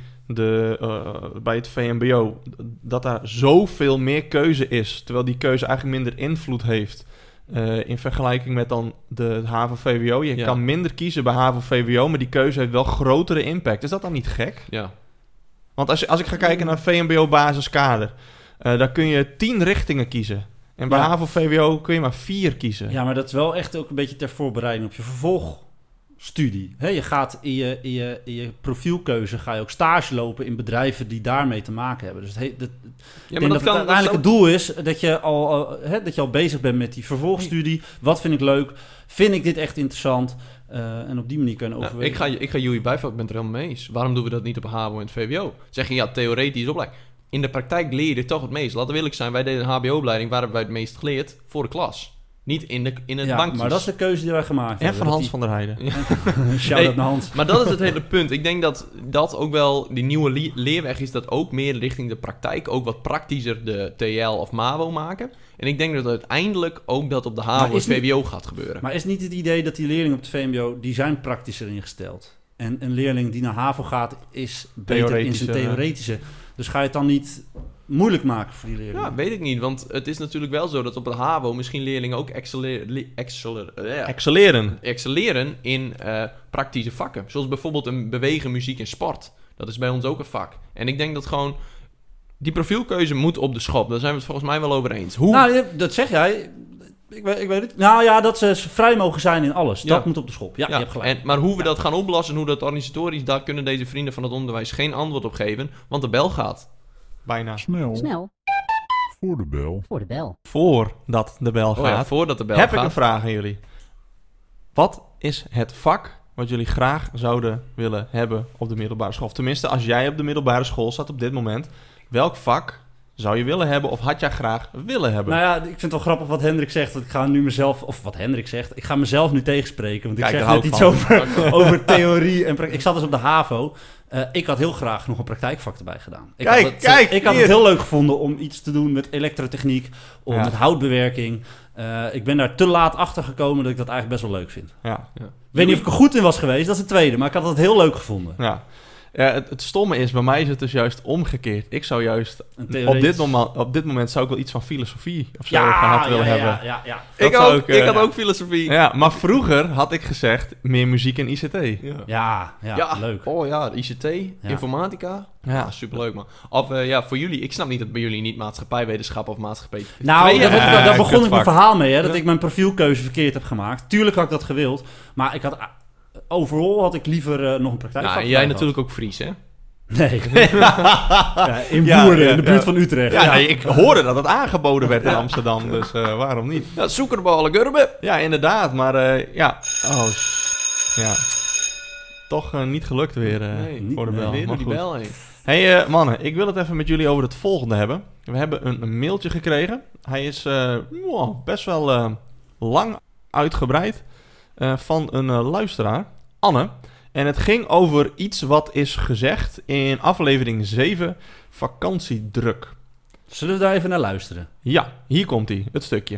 het VMBO dat daar zoveel meer keuze is, terwijl die keuze eigenlijk minder invloed heeft in vergelijking met dan de HAVO-VWO? Je kan minder kiezen bij HAVO-VWO, maar die keuze heeft wel grotere impact. Is dat dan niet gek? Ja. Want als ik ga kijken naar VMBO-basiskader, dan kun je 10 richtingen kiezen. En bij HAVO-VWO kun je maar 4 kiezen. Ja, maar dat is wel echt ook een beetje ter voorbereiding op je vervolgstudie. Je gaat in je profielkeuze ga je ook stage lopen in bedrijven die daarmee te maken hebben. Dus het uiteindelijk het doel is dat je al bezig bent met die vervolgstudie. Wat vind ik leuk? Vind ik dit echt interessant? En op die manier kunnen overwegen. Ik ga jullie bijvallen, ik ben het er helemaal mee eens. Waarom doen we dat niet op HAVO en het VWO? Zeg je, theoretisch opleiding. In de praktijk leer je toch het meest. Laten we eerlijk zijn, wij deden een HBO-opleiding, waar hebben wij het meest geleerd? Voor de klas. Niet in het bankjes. Maar dat is de keuze die wij gemaakt hebben. En van Hans van der Heijden. Shout-out naar Hans. Maar dat is het hele punt. Ik denk dat ook wel die nieuwe leerweg is, dat ook meer richting de praktijk, ook wat praktischer de TL of MAVO maken. En ik denk dat uiteindelijk ook dat op de HAVO en VWO gaat gebeuren. Maar is niet het idee dat die leerlingen op het VMBO, die zijn praktischer ingesteld? En een leerling die naar HAVO gaat, is beter in zijn theoretische. Dus ga je het dan niet moeilijk maken voor die leerlingen? Ja, weet ik niet. Want het is natuurlijk wel zo dat op het HAVO misschien leerlingen ook excelleren in praktische vakken. Zoals bijvoorbeeld een bewegen, muziek en sport. Dat is bij ons ook een vak. En ik denk dat gewoon die profielkeuze moet op de schop. Daar zijn we het volgens mij wel over eens. Hoe? Nou, dat zeg jij. Ik weet het. Nou ja, dat ze vrij mogen zijn in alles. Dat moet op de schop. Ja, je hebt gelijk. Maar hoe we dat gaan oplossen, hoe dat organisatorisch, daar kunnen deze vrienden van het onderwijs geen antwoord op geven. Want de bel gaat. Bijna. Snel. Voor de bel. Voordat de bel gaat. Voordat de bel heb gaat. Ik een vraag aan jullie. Wat is het vak wat jullie graag zouden willen hebben op de middelbare school? Of tenminste, als jij op de middelbare school zat op dit moment, welk vak zou je willen hebben of had jij graag willen hebben? Nou ja, ik vind het wel grappig wat Hendrik zegt. Ik ga nu mezelf, of wat Hendrik zegt, ik ga mezelf nu tegenspreken. Want ik Kijk, zeg daar net hou iets ik van. over theorie en praktijk. Ik zat dus op de HAVO. Ik had heel graag nog een praktijkvak erbij gedaan. Ik had het heel leuk gevonden om iets te doen met elektrotechniek, met houtbewerking. Ik ben daar te laat achter gekomen dat ik dat eigenlijk best wel leuk vind. Ja. Ik weet niet of ik er goed in was geweest, dat is het tweede. Maar ik had het heel leuk gevonden. Ja. Het stomme is, bij mij is het dus juist omgekeerd. Ik zou juist, op dit moment zou ik wel iets van filosofie of zo gehad willen hebben. Ja. Ik had ook filosofie. Ja, maar vroeger had ik gezegd meer muziek en ICT. Ja, leuk. Oh ja, ICT, informatica. Ja, superleuk man. Of voor jullie, ik snap niet dat bij jullie niet maatschappijwetenschap of maatschappij... Nou, daar begon ik mijn kutvak. verhaal mee, hè, dat ik mijn profielkeuze verkeerd heb gemaakt. Tuurlijk had ik dat gewild, maar overal had ik liever nog een praktijkvak. Ja, en jij natuurlijk ook Fries, hè? Nee. In Woerden, in de buurt van Utrecht. Ja, nee, ik hoorde dat het aangeboden werd in Amsterdam, dus waarom niet? Ja, zoekerballen, gurben. Ja, inderdaad, maar toch niet gelukt weer voor de bel. Weer door Maar die goed. bel heen. Hey mannen, ik wil het even met jullie over het volgende hebben. We hebben een mailtje gekregen. Hij is best wel lang uitgebreid van een luisteraar, Anne. En het ging over iets wat is gezegd in aflevering 7, vakantiedruk. Zullen we daar even naar luisteren? Ja, hier komt hij, het stukje.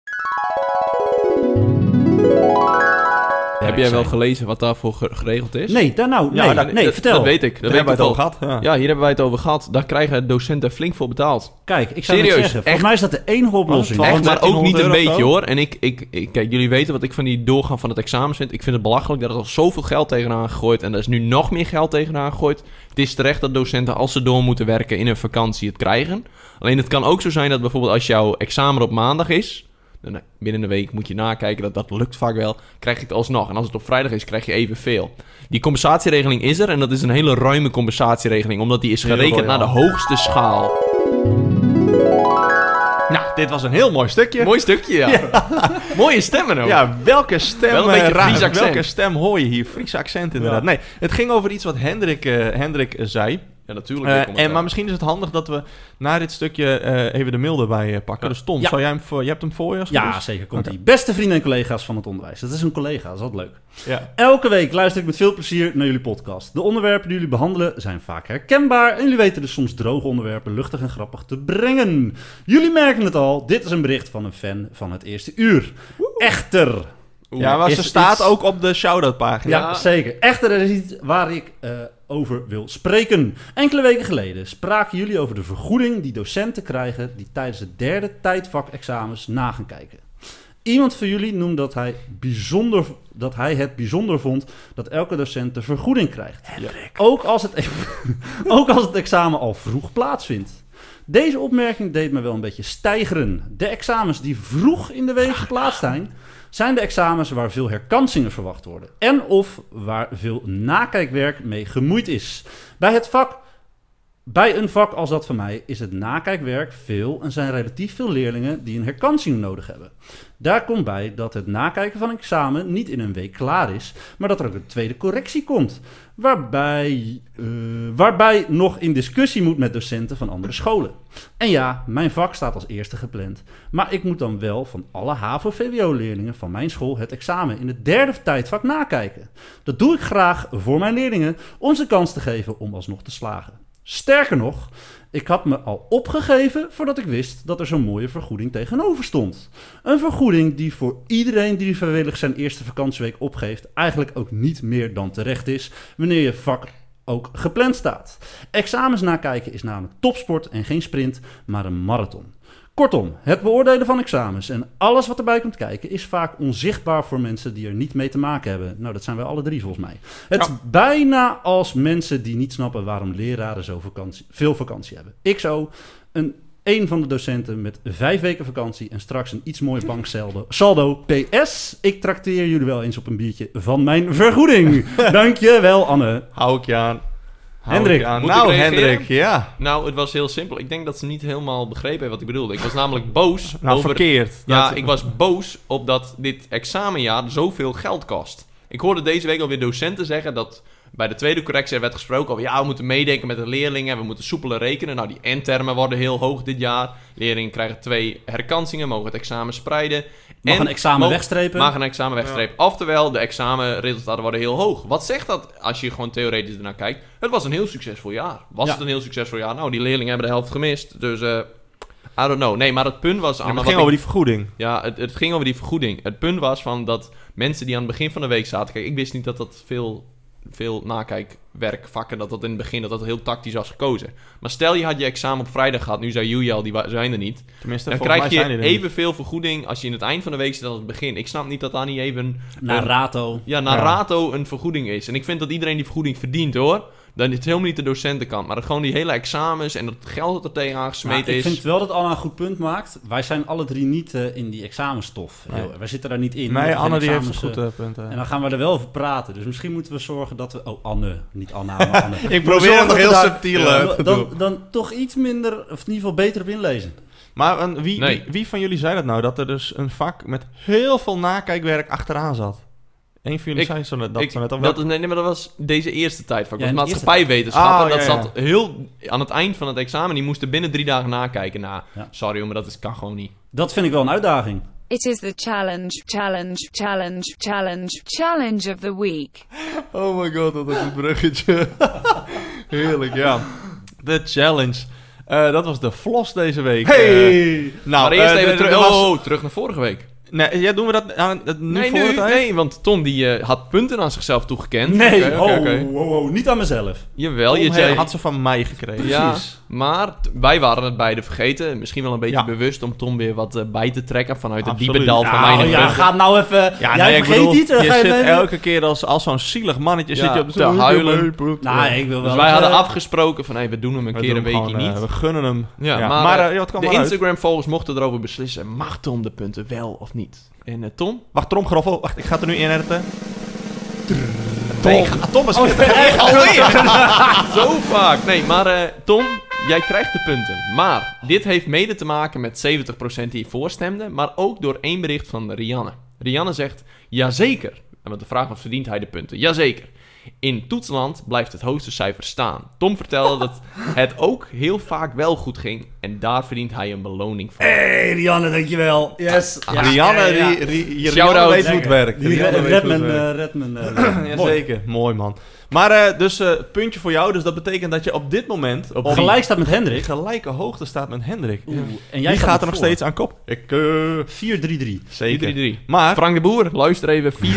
Heb jij wel gelezen wat daarvoor geregeld is? Nee, vertel. Dat weet ik. Daar hebben we het over gehad. Ja, hier hebben wij het over gehad. Daar krijgen docenten flink voor betaald. Kijk, ik zou het Serieus, zeggen. Volgens mij is dat de enige oplossing. Want- Echt, maar ook niet een 1300 beetje euro? hoor. En kijk, jullie weten wat ik van die doorgaan van het examen vind. Ik vind het belachelijk. Daar is al zoveel geld tegenaan gegooid. En er is nu nog meer geld tegenaan gegooid. Het is terecht dat docenten, als ze door moeten werken in hun vakantie, het krijgen. Alleen het kan ook zo zijn dat bijvoorbeeld als jouw examen op maandag is, dan binnen een week moet je nakijken, dat lukt vaak wel, krijg je het alsnog. En als het op vrijdag is, krijg je evenveel. Die compensatieregeling is er en dat is een hele ruime compensatieregeling, omdat die is gerekend naar de hoogste schaal. Nou, dit was een heel mooi stukje. Mooi stukje, ja. Mooie stemmen ook. Ja, welke stem, Wel een beetje Fries accent. welke stem hoor je hier? Friese accent inderdaad. Ja. Nee, het ging over iets wat Hendrik zei. Ja, natuurlijk. Maar misschien is het handig dat we na dit stukje even de mail erbij pakken. Ja. Dus Tom, Ja. zou jij je hebt hem voor je? als het goed Ja, is? zeker. Komt Oké. ie. Beste vrienden en collega's van het onderwijs. Dat is een collega, dat is altijd leuk. Ja. Elke week luister ik met veel plezier naar jullie podcast. De onderwerpen die jullie behandelen zijn vaak herkenbaar en jullie weten dus soms droge onderwerpen luchtig en grappig te brengen. Jullie merken het al, dit is een bericht van een fan van het eerste uur. Echter... Ja, maar ze Is staat iets- ook op de shout-out pagina. Ja, zeker. Echter, er is iets waar ik over wil spreken. Enkele weken geleden spraken jullie over de vergoeding die docenten krijgen die tijdens de derde tijdvakexamens na gaan kijken. Iemand van jullie noemde dat hij het bijzonder vond dat elke docent de vergoeding krijgt. Ook als het examen al vroeg plaatsvindt. Deze opmerking deed me wel een beetje steigeren. De examens die vroeg in de week geplaatst zijn de examens waar veel herkansingen verwacht worden. En of waar veel nakijkwerk mee gemoeid is. Bij een vak als dat van mij is het nakijkwerk veel en zijn relatief veel leerlingen die een herkansing nodig hebben. Daar komt bij dat het nakijken van een examen niet in een week klaar is, maar dat er ook een tweede correctie komt. Waarbij nog in discussie moet met docenten van andere scholen. En ja, mijn vak staat als eerste gepland. Maar ik moet dan wel van alle HAVO-VWO-leerlingen van mijn school het examen in het derde tijdvak nakijken. Dat doe ik graag voor mijn leerlingen om ze kans te geven om alsnog te slagen. Sterker nog, ik had me al opgegeven voordat ik wist dat er zo'n mooie vergoeding tegenover stond. Een vergoeding die voor iedereen die vrijwillig zijn eerste vakantieweek opgeeft eigenlijk ook niet meer dan terecht is wanneer je vak ook gepland staat. Examens nakijken is namelijk topsport en geen sprint, maar een marathon. Kortom, het beoordelen van examens en alles wat erbij komt kijken is vaak onzichtbaar voor mensen die er niet mee te maken hebben. Nou, dat zijn wij alle drie volgens mij. Het is bijna als mensen die niet snappen waarom leraren veel vakantie hebben. Ik zo, een van de docenten met 5 weken vakantie en straks een iets mooie banksaldo. PS, ik trakteer jullie wel eens op een biertje van mijn vergoeding. Dankjewel, Anne. Hou ik je aan. Hendrik, moet Nou, ik reageren? Hendrik, ja. Nou, het was heel simpel. Ik denk dat ze niet helemaal begrepen heeft wat ik bedoelde. Ik was namelijk boos Nou, over... verkeerd. Ja, Dat- ik was boos op dat dit examenjaar zoveel geld kost. Ik hoorde deze week alweer docenten zeggen dat bij de tweede correctie er werd gesproken over... ja, we moeten meedenken met de leerlingen, we moeten soepeler rekenen. Nou, die N-termen worden heel hoog dit jaar. Leerlingen krijgen 2 herkansingen, mogen het examen spreiden. Mag een examen wegstrepen. Mag een examen wegstrepen. Oftewel, de examenresultaten worden heel hoog. Wat zegt dat als je gewoon theoretisch ernaar kijkt? Het was een heel succesvol jaar. Was het een heel succesvol jaar? Nou, die leerlingen hebben de helft gemist, dus... I don't know. Nee, maar het punt was... het ging over die vergoeding. Ja, het ging over die vergoeding. Het punt was van dat mensen die aan het begin van de week zaten... Kijk, ik wist niet dat veel nakijkwerkvakken... dat in het begin dat heel tactisch was gekozen. Maar stel je had je examen op vrijdag gehad... Nu zei Julia al, die zijn er niet. Tenminste, dan krijg je evenveel vergoeding... als je in het eind van de week zit als het begin. Ik snap niet dat daar niet even... Naar rato. Ja, naar rato een vergoeding is. En ik vind dat iedereen die vergoeding verdient, hoor... Dan is het helemaal niet de docentenkant, maar dat gewoon die hele examens en dat geld dat er tegenaan gesmeten is. Ik vind wel dat Anna een goed punt maakt. Wij zijn alle 3 niet in die examenstof. Nee. Wij zitten daar niet in. Nee, Anne die heeft een examens, goed punt. En dan gaan we er wel over praten. Dus misschien moeten we zorgen dat we... Oh, Anne. Niet Anna, maar Anne. Ik probeer het nog heel subtiel te doen. Dan toch iets minder, of in ieder geval beter op inlezen. Maar wie van jullie zei dat nou? Dat er dus een vak met heel veel nakijkwerk achteraan zat. Eén van jullie zei zo net al. Nee, maar dat was deze eerste tijdvak. Dat was maatschappijwetenschappen. Dat zat heel aan het eind van het examen. Die moesten binnen 3 dagen nakijken. Nou, sorry, maar dat kan gewoon niet. Dat vind ik wel een uitdaging. It is the challenge of the week. Oh my god, wat een bruggetje. Heerlijk, ja. De challenge. Dat was de flos deze week. Hey! Maar eerst even terug naar vorige week. Nee, ja, doen we dat Nee, want Tom die had punten aan zichzelf toegekend. Nee, Wow, niet aan mezelf. Jawel, je had ze van mij gekregen. Ja, maar wij waren het beide vergeten. Misschien wel een beetje bewust om Tom weer wat bij te trekken vanuit het diepe dal van mijn punten. Ja, ga nou even... Ja, jij vergeet iets. Je zit elke keer als zo'n zielig mannetje zit je op te huilen. Nou, ik wil wel... Dus wij hadden afgesproken van, we doen hem een keer een weekje niet. We gunnen hem. Ja, maar de Instagram-volgers mochten erover beslissen. Mag Tom de punten wel of niet? En Tom? Wacht, tromgeroffel. Wacht, ik ga het er nu inherten. Tom is zo vaak. Nee, maar Tom, jij krijgt de punten. Maar dit heeft mede te maken met 70% die voorstemde, maar ook door 1 bericht van Rianne. Rianne zegt, jazeker. En want de vraag was, verdient hij de punten? Jazeker. In toetsland blijft het hoogste cijfer staan. Tom vertelde dat het ook heel vaak wel goed ging. En daar verdient hij een beloning voor. Hey, Rianne, dankjewel. Yes. Ja, Rianne weet hoe het werkt. Redman. Jazeker. Mooi, man. Maar dus puntje voor jou. Dus dat betekent dat je op dit moment... op gelijk staat met Hendrik. Gelijke hoogte staat met Hendrik. En jij gaat er nog steeds aan kop. 4-3-3. Zeker. 4-3-3. Maar... Frank de Boer, luister even. 4-3-3.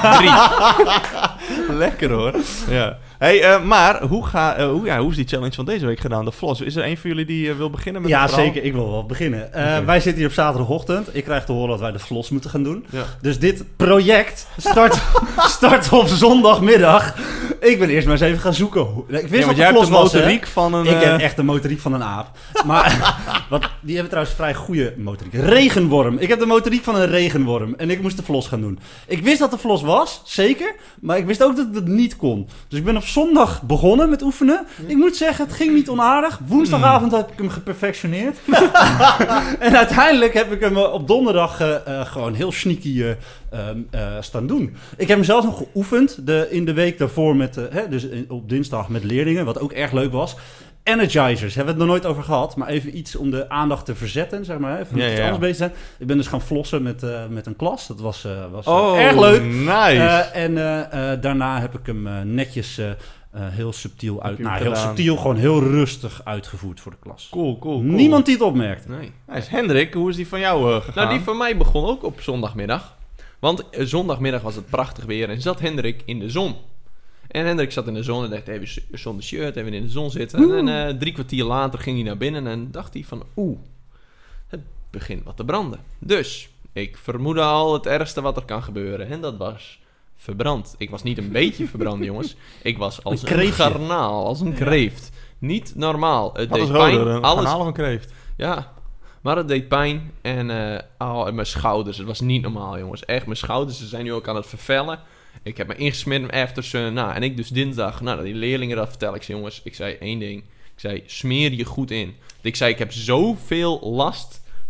Lekker hoor. Ja. Hey, maar hoe is die challenge van deze week gedaan? De Flos. Is er een van jullie die wil beginnen met het verhaal? Zeker. Ik wil wel beginnen. Wij zitten hier op zaterdagochtend. Ik krijg te horen dat wij de Flos moeten gaan doen. Ja. Dus dit project start op zondagmiddag. Ik ben eerst maar eens even gaan zoeken. Ik wist jij hebt de motoriek van een... Ik heb echt de motoriek van een aap. Maar die hebben trouwens vrij goede motoriek. Regenworm. Ik heb de motoriek van een regenworm. En ik moest de Flos gaan doen. Ik wist dat de Flos was, zeker. Maar ik wist ook dat ik het niet kon. Dus ik ben op zondag begonnen met oefenen. Ik moet zeggen, het ging niet onaardig. Woensdagavond heb ik hem geperfectioneerd. En uiteindelijk heb ik hem op donderdag gewoon heel sneaky staan doen. Ik heb hem zelfs nog geoefend in de week daarvoor dus op dinsdag met leerlingen, wat ook erg leuk was. Energizers, hebben we het nog nooit over gehad, maar even iets om de aandacht te verzetten, zeg maar. Even met iets anders bezig zijn. Ik ben dus gaan flossen met een klas. Dat was erg leuk. Nice. En daarna heb ik hem netjes heel subtiel gewoon heel rustig uitgevoerd voor de klas. Cool. Niemand die het opmerkt. Nee. Nice. Hendrik, hoe is die van jou gegaan? Nou, die van mij begon ook op zondagmiddag. Want zondagmiddag was het prachtig weer en zat Hendrik in de zon. En Hendrik zat in de zon en dacht even zonder shirt, even in de zon zitten. En 3 kwartier later ging hij naar binnen en dacht hij van... het begint wat te branden. Dus ik vermoedde al het ergste wat er kan gebeuren. En dat was verbrand. Ik was niet een beetje verbrand, jongens. Ik was als een garnaal, als een kreeft. Niet normaal. Het deed pijn. Een garnaal of een kreeft? Ja, maar het deed pijn. En mijn schouders. Het was niet normaal, jongens. Echt, mijn schouders ze zijn nu ook aan het vervellen. Ik heb me ingesmeerd met Aftersun. En ik dus dinsdag, die leerlingen, dat vertel ik ze, jongens. Ik zei 1 ding. Ik zei, smeer je goed in. Ik zei, ik heb zoveel last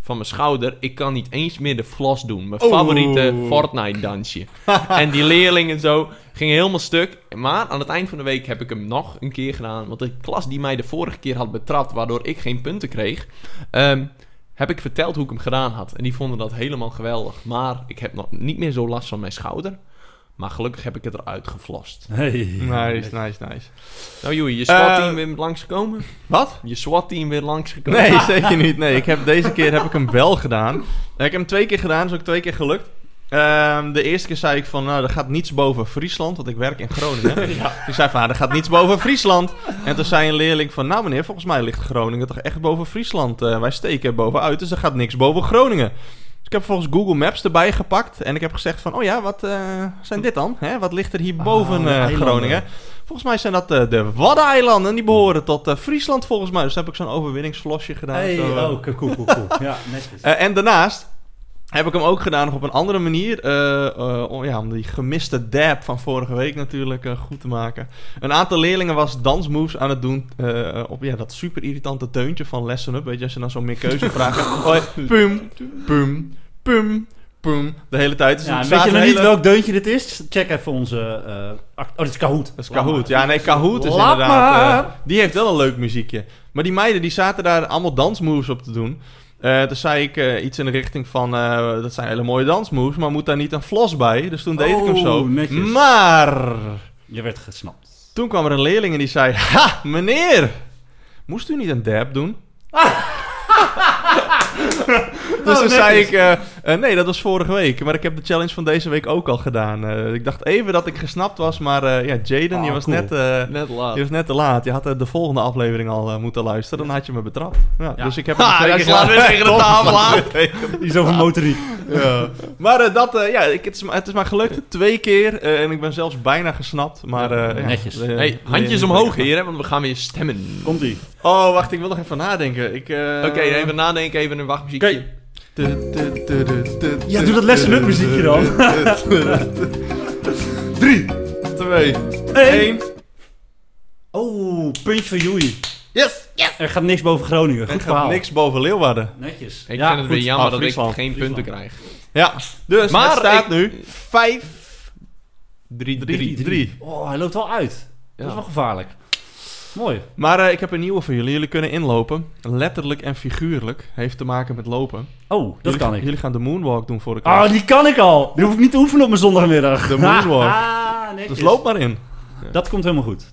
van mijn schouder. Ik kan niet eens meer de floss doen. Mijn favoriete Fortnite-dansje. En die leerlingen zo gingen helemaal stuk. Maar aan het eind van de week heb ik hem nog een keer gedaan. Want de klas die mij de vorige keer had betrapt, waardoor ik geen punten kreeg, heb ik verteld hoe ik hem gedaan had. En die vonden dat helemaal geweldig. Maar ik heb nog niet meer zo last van mijn schouder. Maar gelukkig heb ik het eruit geflost. Hey. Nice. Nou Joey, je SWAT-team weer langsgekomen? Wat? Je SWAT-team weer langsgekomen? Nee, zeker niet. Nee, deze keer heb ik hem wel gedaan. Ik heb hem 2 keer gedaan, is ook 2 keer gelukt. De eerste keer zei ik van, nou, er gaat niets boven Friesland, want ik werk in Groningen. Ja. Ik zei van, er gaat niets boven Friesland. En toen zei een leerling van, nou meneer, volgens mij ligt Groningen toch echt boven Friesland. Wij steken bovenuit, dus er gaat niks boven Groningen. Dus ik heb volgens Google Maps erbij gepakt en ik heb gezegd van, oh ja, wat zijn dit dan? Hè? Wat ligt er hier boven Groningen? Volgens mij zijn dat de Waddeneilanden en die behoren tot Friesland volgens mij. Dus heb ik zo'n overwinningsvlosje gedaan. Hey, cool. Ja, netjes. En daarnaast heb ik hem ook gedaan nog op een andere manier. Om die gemiste dab van vorige week natuurlijk goed te maken. Een aantal leerlingen was dansmoves aan het doen. Op dat super irritante deuntje van Lesson Up. Weet je, als je dan zo'n meer keuzevraag hebt. Pum, pum, pum, pum. De hele tijd. Dus weet je nog niet welk deuntje dit is? Check even onze... dit is Kahoot. Dat is Kahoot. Ja, nee, Kahoot is inderdaad... die heeft wel een leuk muziekje. Maar die meiden die zaten daar allemaal dansmoves op te doen. Toen zei ik iets in de richting van... dat zijn hele mooie dansmoves, maar moet daar niet een floss bij? Dus toen deed ik hem zo. Netjes. Maar... Je werd gesnapt. Toen kwam er een leerling en die zei... Ha, meneer! Moest u niet een dab doen? Dus toen zei ik... nee, dat was vorige week. Maar ik heb de challenge van deze week ook al gedaan. Ik dacht even dat ik gesnapt was. Maar Jaden, je was cool. net laat. Je was net te laat. Je had de volgende aflevering al moeten luisteren. Dan had je me betrapt. Ja. Dus ik heb het Hij slaat weer tegen de tafel aan. Iets over motoriek. Ja. Maar het is maar gelukt 2 keer. En ik ben zelfs bijna gesnapt. Maar, netjes. Hey, handjes omhoog heren, want we gaan weer stemmen. Komt-ie. Oh, wacht. Ik wil nog even nadenken. Oké, even nadenken. Even een wachtmuziekje. Ja, doe dat Lesson Up muziekje dan. 3, 2, 1. Oh, puntje voor Joey. Yes! Er gaat niks boven Groningen. Goed verhaal. Niks boven Leeuwarden. Netjes. Ik vind het weer jammer dat Friesland. ik geen punten krijg. Ja, dus Maar het staat nu 5-3. Oh, hij loopt wel uit. Dat is wel gevaarlijk. Mooi. Maar ik heb een nieuwe voor jullie. Jullie kunnen inlopen. Letterlijk en figuurlijk. Heeft te maken met lopen. Oh, dat kan ik. Jullie gaan de moonwalk doen voor de klas. Oh, die kan ik al. Die hoef ik niet te oefenen op mijn zondagmiddag. De moonwalk. Netjes. Dus loop maar in. Dat komt helemaal goed.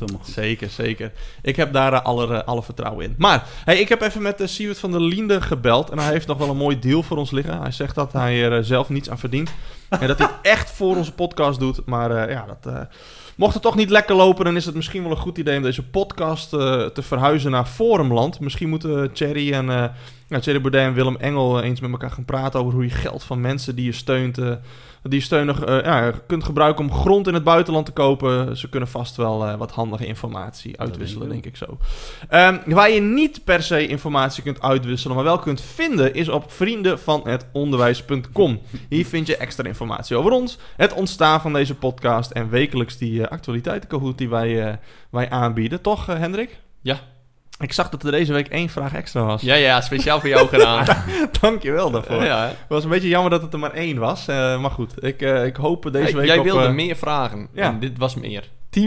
Zeker. Ik heb daar alle vertrouwen in. Maar, ik heb even met Siewert van der Liende gebeld. En hij heeft nog wel een mooi deal voor ons liggen. Hij zegt dat hij er zelf niets aan verdient. En dat hij het echt voor onze podcast doet. Maar mocht het toch niet lekker lopen, dan is het misschien wel een goed idee om deze podcast te verhuizen naar Forumland. Misschien moeten Thierry Thierry Baudet en Willem Engel eens met elkaar gaan praten over hoe je geld van mensen die je steunt... die steun nog kunt gebruiken om grond in het buitenland te kopen. Ze kunnen vast wel wat handige informatie uitwisselen, denk ik zo. Waar je niet per se informatie kunt uitwisselen, maar wel kunt vinden, is op vriendenvanhetonderwijs.com. Hier vind je extra informatie over ons, het ontstaan van deze podcast en wekelijks die actualiteitenkahoot die wij aanbieden. Toch, Hendrik? Ja. Ik zag dat er deze week 1 vraag extra was. Ja, speciaal voor jou gedaan. Dankjewel daarvoor. Ja, het was een beetje jammer dat het er maar 1 was. Maar goed, ik hoop deze week jij op... wilde meer vragen. Ja. En dit was meer. 10%.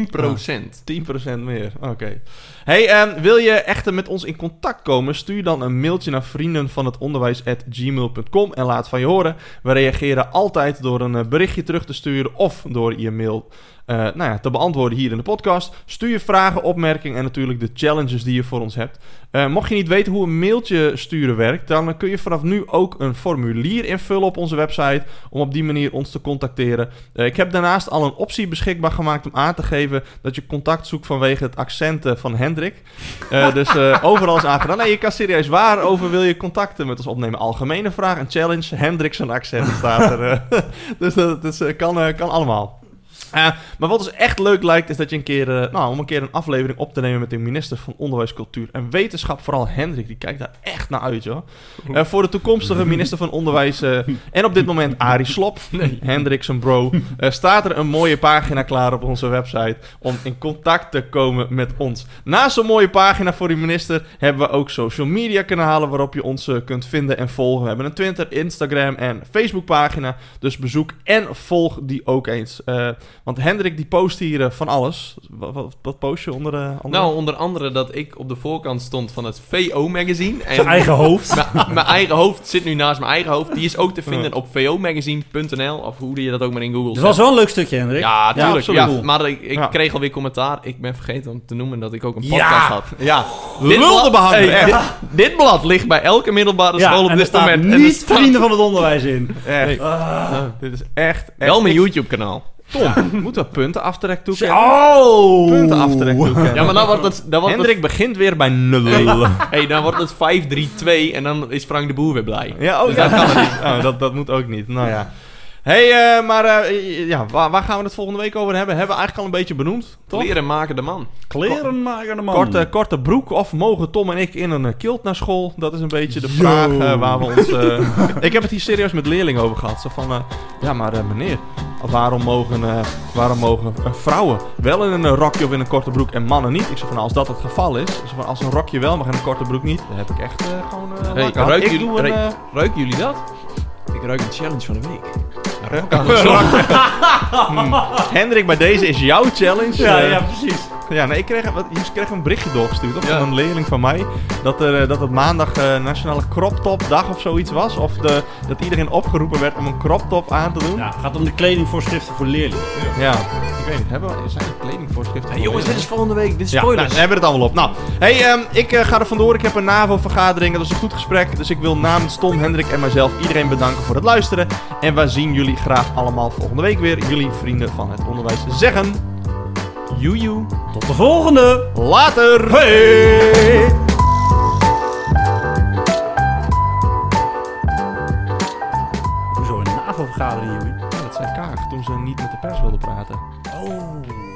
10% meer, oké. Hey, wil je echt met ons in contact komen? Stuur dan een mailtje naar vriendenvanhetonderwijs@gmail.com en laat van je horen. We reageren altijd door een berichtje terug te sturen of door je mail te beantwoorden hier in de podcast. Stuur je vragen, opmerkingen en natuurlijk de challenges die je voor ons hebt. Mocht je niet weten hoe een mailtje sturen werkt, dan kun je vanaf nu ook een formulier invullen op onze website om op die manier ons te contacteren. Ik heb daarnaast al een optie beschikbaar gemaakt om aan te geven dat je contact zoekt vanwege het accent van Hendrik. Dus overal is aangedaan. Nee, je kan serieus, waarover wil je contacten met ons opnemen? Algemene vraag, een challenge, Hendrik zijn accent staat er. Dus dat kan allemaal. Maar wat dus echt leuk lijkt, is dat je om een keer een aflevering op te nemen met de minister van Onderwijs, Cultuur en Wetenschap. Vooral Hendrik, die kijkt daar echt naar uit, joh. Voor de toekomstige minister van Onderwijs en op dit moment Arie Slob, Hendrik zijn bro, staat er een mooie pagina klaar op onze website om in contact te komen met ons. Naast zo'n mooie pagina voor die minister hebben we ook social media kanalen waarop je ons kunt vinden en volgen. We hebben een Twitter, Instagram en Facebook pagina, dus bezoek en volg die ook eens. Want Hendrik die post hier van alles. Wat post je onder andere? Nou, onder andere dat ik op de voorkant stond van het VO-magazine. Zijn eigen hoofd. Mijn eigen hoofd zit nu naast mijn eigen hoofd. Die is ook te vinden op vomagazine.nl. Of hoe je dat ook maar in Google Dat was wel een leuk stukje, Hendrik. Ja, tuurlijk. absoluut. Ja, maar ik kreeg alweer commentaar. Ik ben vergeten om te noemen dat ik ook een podcast had. Ja, Hey, dit blad ligt bij elke middelbare school op en er dit staat moment. niet Vrienden van het Onderwijs in. echt. Dit is echt Wel mijn YouTube-kanaal. Tom, moeten we punten aftrek toekennen? Oh! Punten aftrek toekennen. Ja, maar dan wordt het... Hendrik begint weer bij 0. Dan wordt het 5-3-2 en dan is Frank de Boer weer blij. Ja, Dus dat kan niet. dat moet ook niet. Nou ja. Waar gaan we het volgende week over hebben? Hebben we eigenlijk al een beetje benoemd, toch? Leren maken de man. Kleren maken de man. Korte broek of mogen Tom en ik in een kilt naar school? Dat is een beetje de vraag waar we ons... Ik heb het hier serieus met leerlingen over gehad. Zo van, meneer, waarom mogen vrouwen wel in een rokje of in een korte broek en mannen niet? Ik zeg van, als dat het geval is, als een rokje wel mag en een korte broek niet, dan heb ik echt gewoon... Ruiken jullie dat? Ik ruik een challenge van de week. Hendrik, bij deze is jouw challenge. Ja, precies. Ja, nee, je kreeg een berichtje doorgestuurd Ja. van een leerling van mij. Dat het maandag Nationale Crop Top Dag of zoiets was. Of dat iedereen opgeroepen werd om een crop top aan te doen. Ja, het gaat om de kledingvoorschriften voor leerlingen. Ja. Ik weet niet, zijn er kledingvoorschriften? Hey, jongens, dit is volgende week. Dit is Ja, nou, spoilers. dan hebben we het allemaal op. Nou, ik ga er vandoor. Ik heb een NAVO-vergadering. Dat is een goed gesprek. Dus ik wil namens Tom, Hendrik en mijzelf iedereen bedanken voor het luisteren. En wij zien jullie graag allemaal volgende week weer. Jullie vrienden van het onderwijs zeggen... Joejoe. Tot de volgende! Later! Hey! Hoezo een NAVO-vergadering, Joey? Ja, dat zei Kaag toen ze niet met de pers wilden praten. Oh.